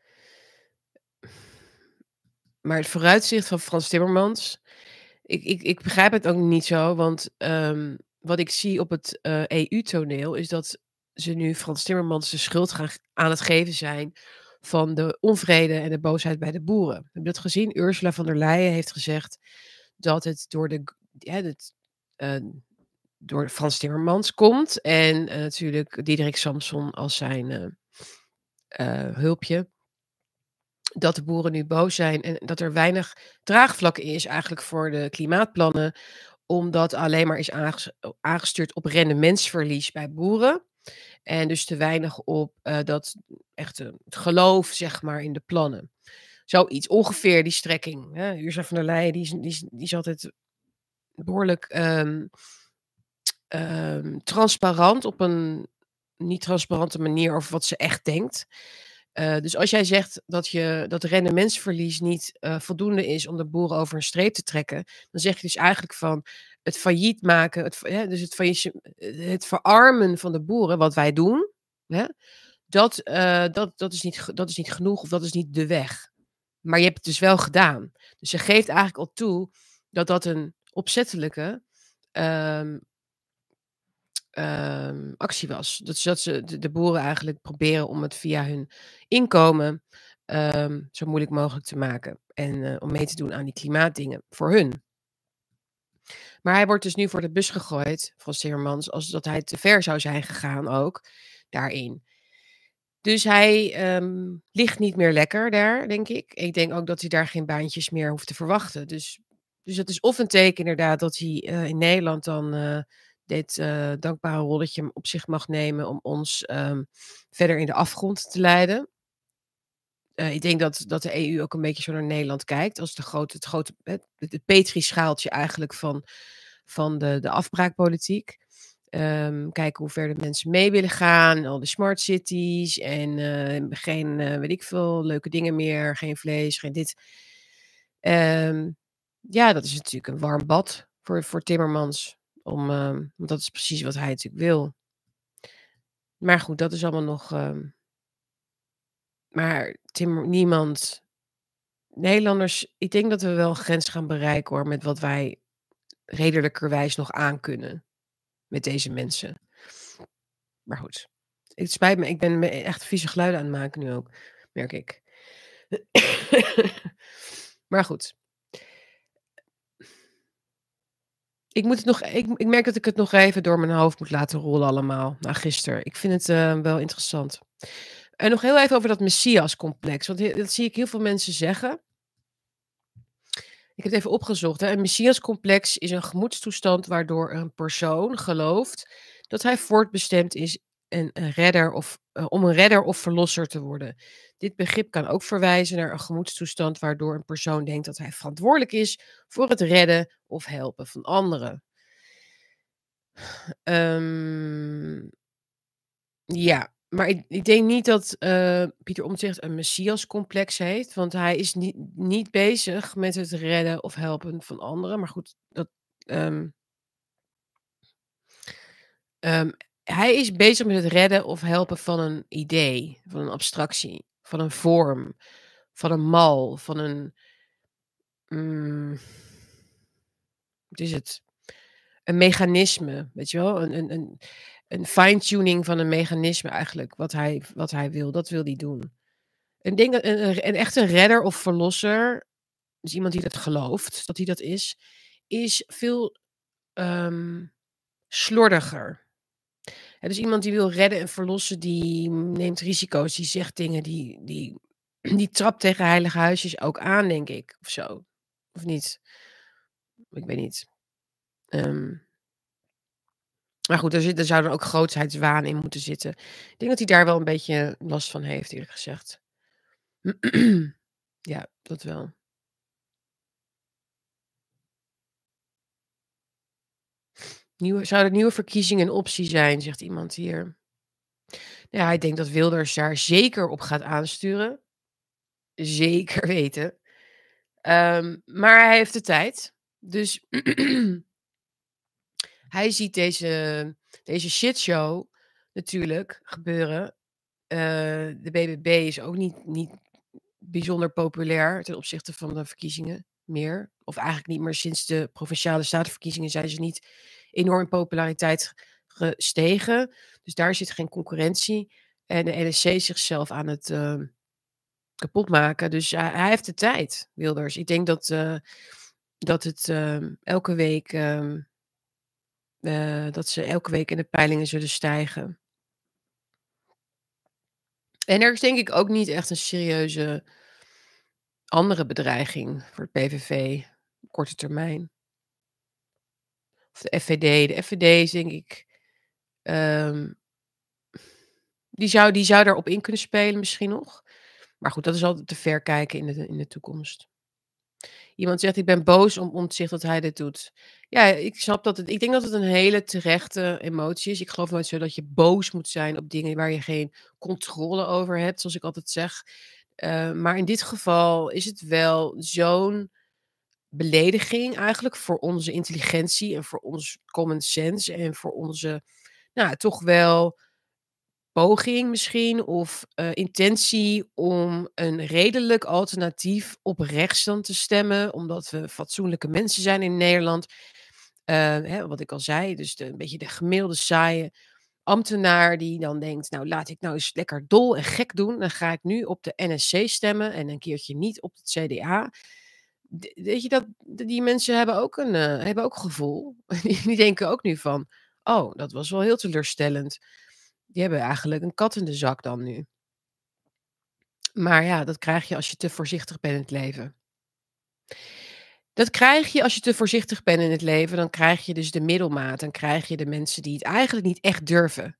Maar het vooruitzicht van Frans Timmermans, ik ik ik begrijp het ook niet zo, want, ehm, wat ik zie op het, eh, E U-toneel is dat ze nu Frans Timmermans de schuld gaan g aan het geven zijn van de onvrede en de boosheid bij de boeren. Heb je dat gezien? Ursula von der Leyen heeft gezegd dat het door de g hè, het, eh, door Frans Timmermans komt en, eh, natuurlijk Diederik Samsom als zijn, eh, eh, hulpje. Dat de boeren nu boos zijn en dat er weinig draagvlak is eigenlijk voor de klimaatplannen, omdat alleen maar is aanges aangestuurd op rendementsverlies bij boeren. En dus te weinig op, eh, dat echte geloof, zeg maar, in de plannen. Zoiets, ongeveer die strekking, hè. Ursula von der Leyen die is die is die is altijd behoorlijk, ehm, ehm, transparant op een niet transparante manier over wat ze echt denkt. Eh, dus als jij zegt dat je dat rendementsverlies niet, eh, voldoende is om de boeren over een streep te trekken, dan zeg je dus eigenlijk van het failliet maken, het v hè, dus het faillisse het verarmen van de boeren, wat wij doen, hè, dat, eh, dat dat is niet ge dat is niet genoeg of dat is niet de weg. Maar je hebt het dus wel gedaan. Dus ze geeft eigenlijk al toe dat dat een opzettelijke, ehm ehm, actie was. Dat ze dat ze de de boeren eigenlijk proberen om het via hun inkomen, ehm, zo moeilijk mogelijk te maken en, eh, om mee te doen aan die klimaatdingen voor hun. Maar hij wordt dus nu voor de bus gegooid, Frans Timmermans, als dat hij te ver zou zijn gegaan ook daarin. Dus hij, ehm, ligt niet meer lekker daar, denk ik. Ik denk ook dat hij daar geen baantjes meer hoeft te verwachten. Dus dus dat is of een teken inderdaad dat hij, eh, in Nederland dan, eh, dit, eh, dankbare rolletje op zich mag nemen om ons, ehm, verder in de afgrond te leiden. Eh, ik denk dat dat de E U ook een beetje zo naar Nederland kijkt als de grote het grote het het petrischaaltje eigenlijk van van de de afbraakpolitiek. Ehm, kijken hoe ver de mensen mee willen gaan, al de smart cities en, eh, geen, eh, weet ik veel, leuke dingen meer, geen vlees, geen dit. Ehm, ja, dat is natuurlijk een warm bad voor voor Timmermans om, ehm want dat is precies wat hij natuurlijk wil. Maar goed, dat is allemaal nog, ehm maar Timmer niemand Nederlanders, ik denk dat we wel een grens gaan bereiken hoor, met wat wij redelijkerwijs nog aankunnen met deze mensen. Maar goed, het spijt me, ik ben me echt vieze geluiden aan het maken nu ook, merk ik. Maar goed. Ik moet het nog ik ik merk dat ik het nog even door mijn hoofd moet laten rollen allemaal, na gisteren. Ik vind het, eh, wel interessant. En nog heel even over dat Messiascomplex, want he dat zie ik heel veel mensen zeggen. Ik heb het even opgezocht, hè. Een Messiascomplex is een gemoedstoestand waardoor een persoon gelooft dat hij voortbestemd is een een redder of eh, om een redder of verlosser te worden. Dit begrip kan ook verwijzen naar een gemoedstoestand waardoor een persoon denkt dat hij verantwoordelijk is voor het redden of helpen van anderen. Ehm, ja, maar ik ik denk niet dat, eh, Pieter Omtzigt een Messiascomplex heeft, want hij is niet niet bezig met het redden of helpen van anderen. Maar goed, dat, ehm Ehm, hij is bezig met het redden of helpen van een idee, van een abstractie, van een vorm, van een mal, van een hm wat is het? Een mechanisme, weet je wel? Een een een een fine-tuning van een mechanisme eigenlijk, wat hij wat hij wil, dat wil hij doen. Ik denk dat een een een echte redder of verlosser, dus iemand die dat gelooft dat hij dat is, is veel, ehm, slordiger. Hè, dus iemand die wil redden en verlossen, die neemt risico's, die zegt dingen, die die die trapt tegen heilige huisjes ook aan, denk ik, of zo. Of niet? Ik weet niet. Ehm maar goed, er zit er zou dan ook grootheidswaan in moeten zitten. Ik denk dat hij daar wel een beetje last van heeft, eerlijk gezegd. Ja, dat wel. Nieuwe zouden nieuwe verkiezingen een optie zijn, zegt iemand hier. Ja, ik denk dat Wilders daar zeker op gaat aansturen. Zeker weten. Ehm, maar hij heeft de tijd. Dus hij ziet deze deze shitshow natuurlijk gebeuren. Eh, de B B B is ook niet niet bijzonder populair ten opzichte van de verkiezingen meer. Of eigenlijk niet meer sinds de provinciale statenverkiezingen zijn ze niet enorm in populariteit gestegen. Dus daar zit geen concurrentie. En de N S C is zichzelf aan het, ehm, kapotmaken. Dus hij hij heeft de tijd, Wilders. Ik denk dat, eh, dat het, ehm, elke week, ehm eh, dat ze elke week in de peilingen zullen stijgen. En er is denk ik ook niet echt een serieuze andere bedreiging voor het P V V, op korte termijn. Of de F V D. De F V D is denk ik, ehm die zou die zou daarop in kunnen spelen misschien nog. Maar goed, dat is altijd te ver kijken in de in de toekomst. Iemand zegt: "Ik ben boos om Omtzigt dat hij dit doet." Ja, ik snap dat het ik denk dat het een hele terechte emotie is. Ik geloof nooit zo dat je boos moet zijn op dingen waar je geen controle over hebt, zoals ik altijd zeg. Eh, maar in dit geval is het wel zo'n belediging eigenlijk voor onze intelligentie en voor ons common sense en voor onze, nou, toch wel poging misschien of, eh, intentie om een redelijk alternatief op rechts dan te stemmen, omdat we fatsoenlijke mensen zijn in Nederland. Eh, hè, wat ik al zei, dus de een beetje de gemiddelde saaie ambtenaar die dan denkt: "Nou, laat ik nou eens lekker dol en gek doen. Dan ga ik nu op de N S C stemmen en een keertje niet op het C D A." D weet je dat die mensen hebben ook een, eh, hebben ook gevoel. Die die denken ook nu van: "Oh, dat was wel heel teleurstellend." Die hebben eigenlijk een kat in de zak dan nu. Maar ja, dat krijg je als je te voorzichtig bent in het leven. Dat krijg je als je te voorzichtig bent in het leven. Dan krijg je dus de middelmaat. Dan krijg je de mensen die het eigenlijk niet echt durven.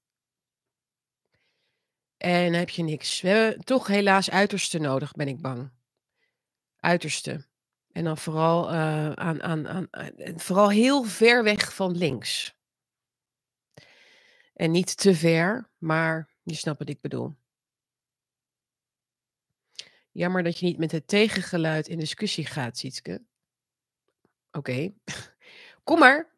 En dan heb je niks. We hebben toch helaas uitersten nodig, ben ik bang. Uiterste. En dan vooral, eh, aan aan aan en vooral heel ver weg van links. En niet te ver, maar je snapt wat ik bedoel. Jammer dat je niet met het tegengeluid in discussie gaat, Sietske. Oké. Kom maar.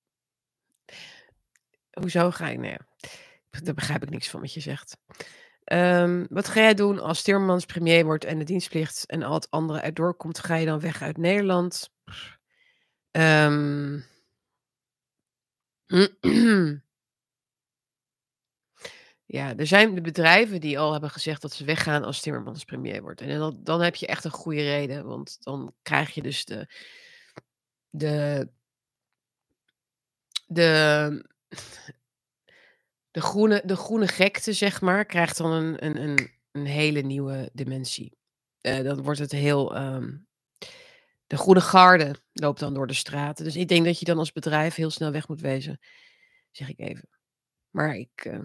Hoezo ga je nou ja, daar begrijp ik niks van wat je zegt. Ehm, wat ga jij doen als Timmermans premier wordt en de dienstplicht en al het andere erdoor komt? Ga je dan weg uit Nederland? Ehm. Ja, er zijn bedrijven die al hebben gezegd dat ze weggaan als Timmermans premier wordt. En dan dan heb je echt een goede reden, want dan krijg je dus de de de de groene de groene gekte, zeg maar, krijgt dan een een een een hele nieuwe dimensie. Eh, dan wordt het heel, ehm de groene garde loopt dan door de straten. Dus ik denk dat je dan als bedrijf heel snel weg moet wezen, zeg ik even. Maar ik, eh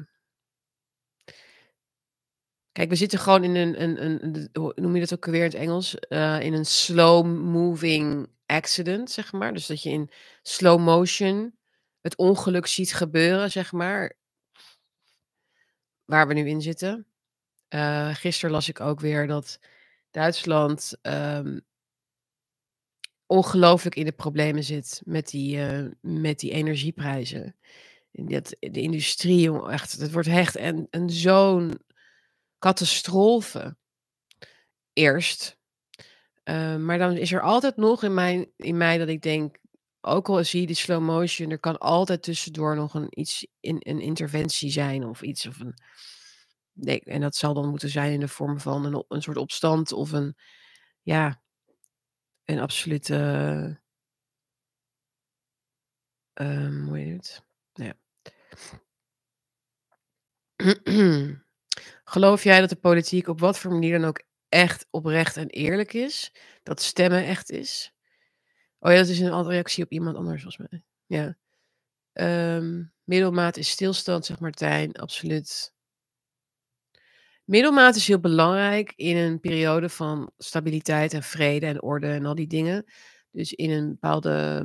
Kijk, we zitten gewoon in een een een een d hoe noem je dat ook alweer in het Engels? Eh, in een slow moving accident, zeg maar. Dus dat je in slow motion het ongeluk ziet gebeuren, zeg maar. Waar we nu in zitten. Eh, gisteren las ik ook weer dat Duitsland, ehm ongelooflijk in de problemen zit met die, eh, met die energieprijzen. En dat de industrie, jongen, echt, het wordt echt een een zo'n catastrofe. Eerst. Eh, maar dan is er altijd nog in mijn in mij dat ik denk, ook al zie je die slow motion, er kan altijd tussendoor nog een iets in een interventie zijn of iets of een nee, en dat zal dan moeten zijn in de vorm van een op een soort opstand of een ja, een absolute ehm, hoe heet het? Nou ja. Geloof jij dat de politiek op wat voor manier dan ook echt oprecht en eerlijk is? Dat stemmen echt is? Oh ja, dat is een andere reactie op iemand anders volgens mij. Ja. Ehm, middelmaat is stilstand, zegt Martijn, absoluut. Middelmaat is heel belangrijk in een periode van stabiliteit en vrede en orde en al die dingen. Dus in een bepaalde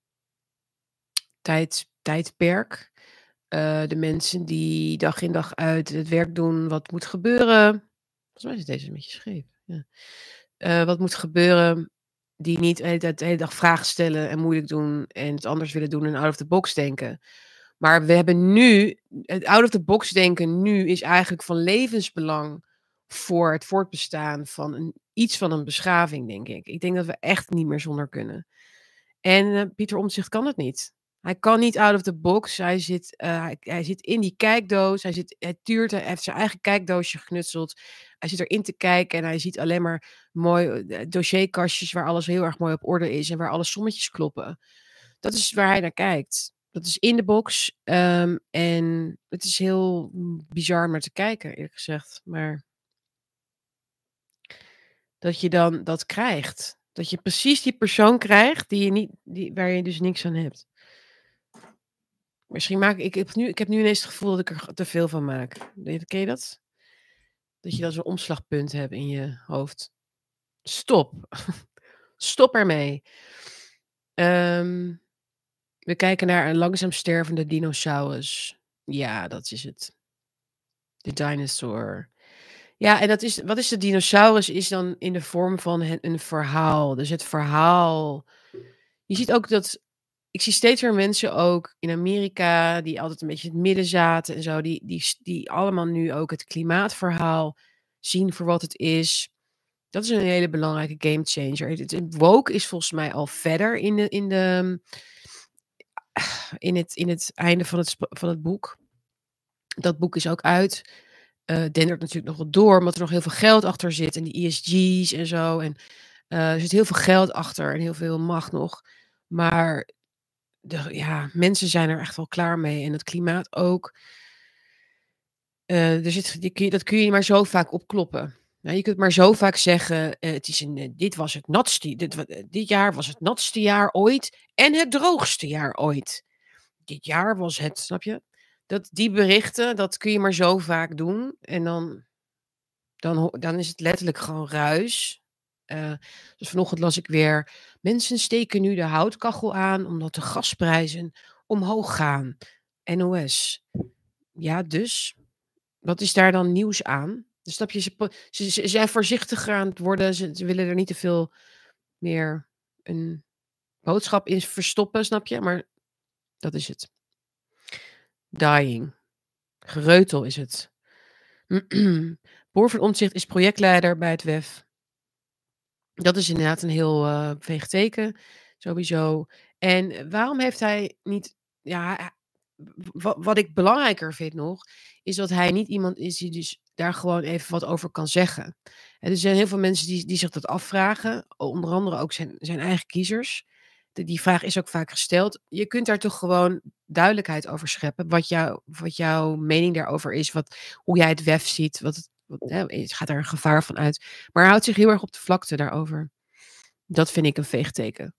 tijd tijdperk. Eh, de mensen die dag in dag uit het werk doen wat moet gebeuren. Volgens mij is deze een beetje scheef. Ja. Eh, wat moet gebeuren, die niet de hele tijd de hele dag vragen stellen en moeilijk doen en het anders willen doen en out of the box denken. Maar we hebben nu het out of the box denken nu is eigenlijk van levensbelang voor het voortbestaan van een iets van een beschaving, denk ik. Ik denk dat we echt niet meer zonder kunnen. En, eh, Pieter Omtzigt kan het niet. Hij kan niet out of the box. Hij zit, eh, hij hij zit in die kijkdoos. Hij zit hij tuurt, hij heeft zijn eigen kijkdoosje geknutseld. Hij zit erin te kijken en hij ziet alleen maar mooi, eh, dossierkastjes waar alles heel erg mooi op orde is en waar alle sommetjes kloppen. Dat is waar hij naar kijkt. Dat is in de box, ehm, en het is heel, mm, bizar om naar te kijken, eerlijk gezegd. Maar dat je dan dat krijgt. Dat je precies die persoon krijgt die je niet die waar je dus niks aan hebt. Misschien maak ik heb nu ik heb nu ineens het gevoel dat ik er te veel van maak. Weet ken je dat? Dat je dan zo'n omslagpunt hebt in je hoofd. Stop. Stop ermee. Ehm, we kijken naar een langzaam stervende dinosaurus. Ja, dat is het. De dinosaur. Ja, en dat is wat is de dinosaurus is dan in de vorm van het een verhaal. Dus het verhaal je ziet ook dat ik zie steeds meer mensen ook in Amerika, die altijd een beetje in het midden zaten en zo, die die s die allemaal nu ook het klimaatverhaal zien voor wat het is. Dat is een hele belangrijke gamechanger. Het het woke is volgens mij al verder in de in de in het in het einde van het sp van het boek. Dat boek is ook uit. Eh, dendert natuurlijk nog wel door, omdat er nog heel veel geld achter zit en die E S G's en zo. En eh, er zit heel veel geld achter en heel veel macht nog. Maar de, ja, mensen zijn er echt wel klaar mee. En het klimaat ook. Eh, er zit, die kun je, dat kun je maar zo vaak opkloppen. Nou, je kunt maar zo vaak zeggen, eh, het is een, eh, dit was het natste, dit, wa- eh, dit jaar was het natste jaar ooit en het droogste jaar ooit. Dit jaar was het, snap je? Dat, die berichten, dat kun je maar zo vaak doen. En dan, dan, ho- dan is het letterlijk gewoon ruis. Eh, dus vanochtend las ik weer, mensen steken nu de houtkachel aan omdat de gasprijzen omhoog gaan. N O S. Ja, dus. Wat is daar dan nieuws aan? Dus snap je, ze, po- ze, ze zijn voorzichtiger aan het worden. Ze, ze willen er niet te veel meer een boodschap in verstoppen, snap je? Maar dat is het. Dying. Gereutel is het. Boer van Omtzigt is projectleider bij het W E F. Dat is inderdaad een heel eh veeg teken, sowieso. En eh, waarom heeft hij niet... Ja, hij- wa- wat ik belangrijker vind nog, is dat hij niet iemand is die dus daar gewoon even wat over kan zeggen. En er zijn heel veel mensen die, die zich dat afvragen, onder andere ook zijn, zijn eigen kiezers. De- die vraag is ook vaak gesteld. Je kunt daar toch gewoon duidelijkheid over scheppen, wat, jou, wat jouw mening daarover is, wat, hoe jij het W E F ziet, wat het, wat, hè, gaat er een gevaar van uit. Maar hij houdt zich heel erg op de vlakte daarover. Dat vind ik een veegteken.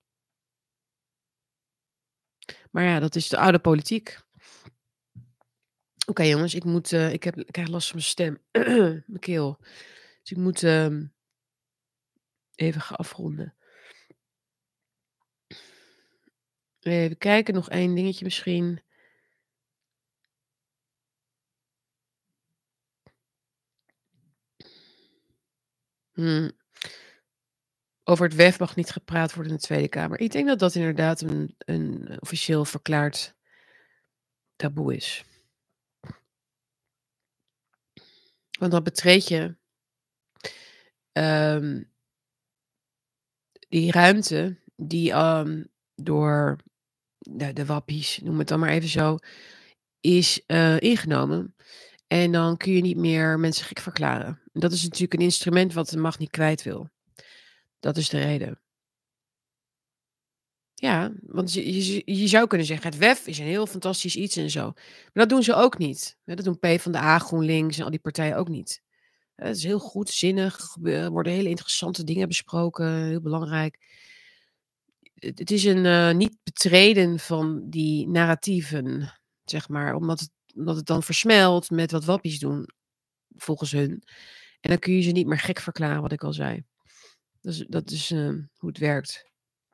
Maar ja, dat is de oude politiek. Oké jongens, ik moet, eh, ik heb, ik krijg last van mijn stem. Mijn keel. Dus ik moet ehm, even gaan afronden. Even kijken, nog één dingetje misschien. Hmm. Over het W E F mag niet gepraat worden in de Tweede Kamer. Ik denk dat dat inderdaad een, een officieel verklaard taboe is. Want dan betreed je ehm, die ruimte die ehm, door de, de wappies, noem het dan maar even zo, is eh, ingenomen. En dan kun je niet meer mensen gek verklaren. En dat is natuurlijk een instrument wat de macht niet kwijt wil. Dat is de reden. Ja, want je, je, je zou kunnen zeggen, het W E F is een heel fantastisch iets en zo. Maar dat doen ze ook niet. Hè, Dat doen PvdA, GroenLinks en al die partijen ook niet. Hè, Het is heel goed, zinnig, gebe- er worden hele interessante dingen besproken, heel belangrijk. Het, het is een eh, niet betreden van die narratieven, zeg maar, omdat het, omdat het dan versmelt met wat wappies doen, volgens hun. En dan kun je ze niet meer gek verklaren, wat ik al zei. Dat is, dat is eh, hoe het werkt.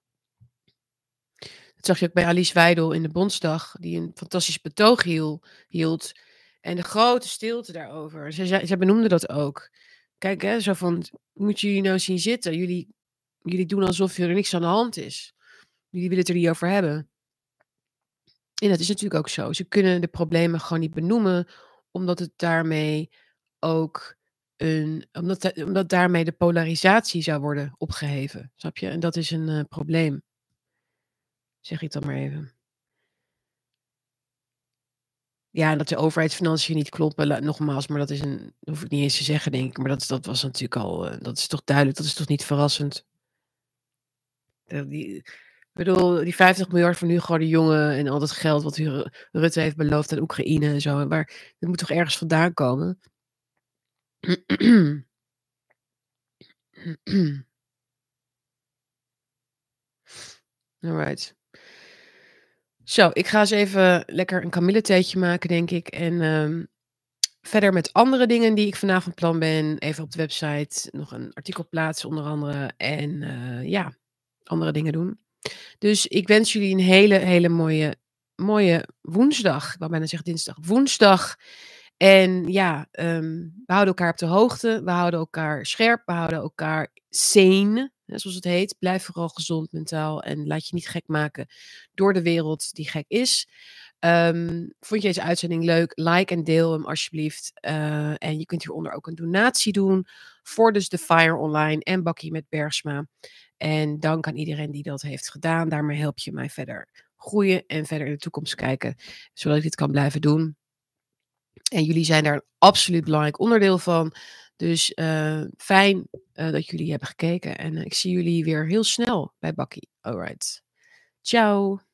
Dat zag je ook bij Alice Weidel in de Bondsdag, die een fantastisch betoog hiel- hield. En de grote stilte daarover. Ze, zei- ze benoemde dat ook. Kijk, hè, zo van, moet je jullie nou zien zitten? Jullie, jullie doen alsof er niks aan de hand is. Jullie willen het er niet over hebben. En dat is natuurlijk ook zo. Ze kunnen de problemen gewoon niet benoemen, omdat het daarmee ook een, omdat, da- omdat daarmee de polarisatie zou worden opgeheven. Snap je? En dat is een eh, probleem, zeg ik dan maar even. Ja, en dat de overheidsfinanciën niet kloppen, la- nogmaals, maar dat is een, dat hoef ik niet eens te zeggen, denk ik. Maar dat, dat was natuurlijk al, eh, dat is toch duidelijk, dat is toch niet verrassend. Eh, die, ik bedoel, die vijftig miljard van Hugo de Jonge en al dat geld wat Ru- Rutte heeft beloofd aan Oekraïne en zo. Maar dat moet toch ergens vandaan komen? Alright. Zo, ik ga eens even lekker een kamilletheetje maken, denk ik. En ehm, verder met andere dingen die ik vanavond van plan ben. Even op de website nog een artikel plaatsen, onder andere. En eh, ja, andere dingen doen. Dus ik wens jullie een hele, hele mooie, mooie woensdag. Ik wou bijna zeggen dinsdag. Woensdag. En ja, ehm, we houden elkaar op de hoogte. We houden elkaar scherp. We houden elkaar sane, hè, zoals het heet. Blijf vooral gezond mentaal en laat je niet gek maken door de wereld die gek is. Ehm, vond je deze uitzending leuk? Like en deel hem alsjeblieft. Eh, en je kunt hieronder ook een donatie doen voor dus de Fire Online en Bakkie met Bergsma. En dank aan iedereen die dat heeft gedaan. Daarmee help je mij verder groeien en verder in de toekomst kijken, zodat ik dit kan blijven doen. En jullie zijn daar een absoluut belangrijk onderdeel van. Dus eh, fijn eh, dat jullie hebben gekeken. En eh, ik zie jullie weer heel snel bij Bakkie. Alright. Ciao.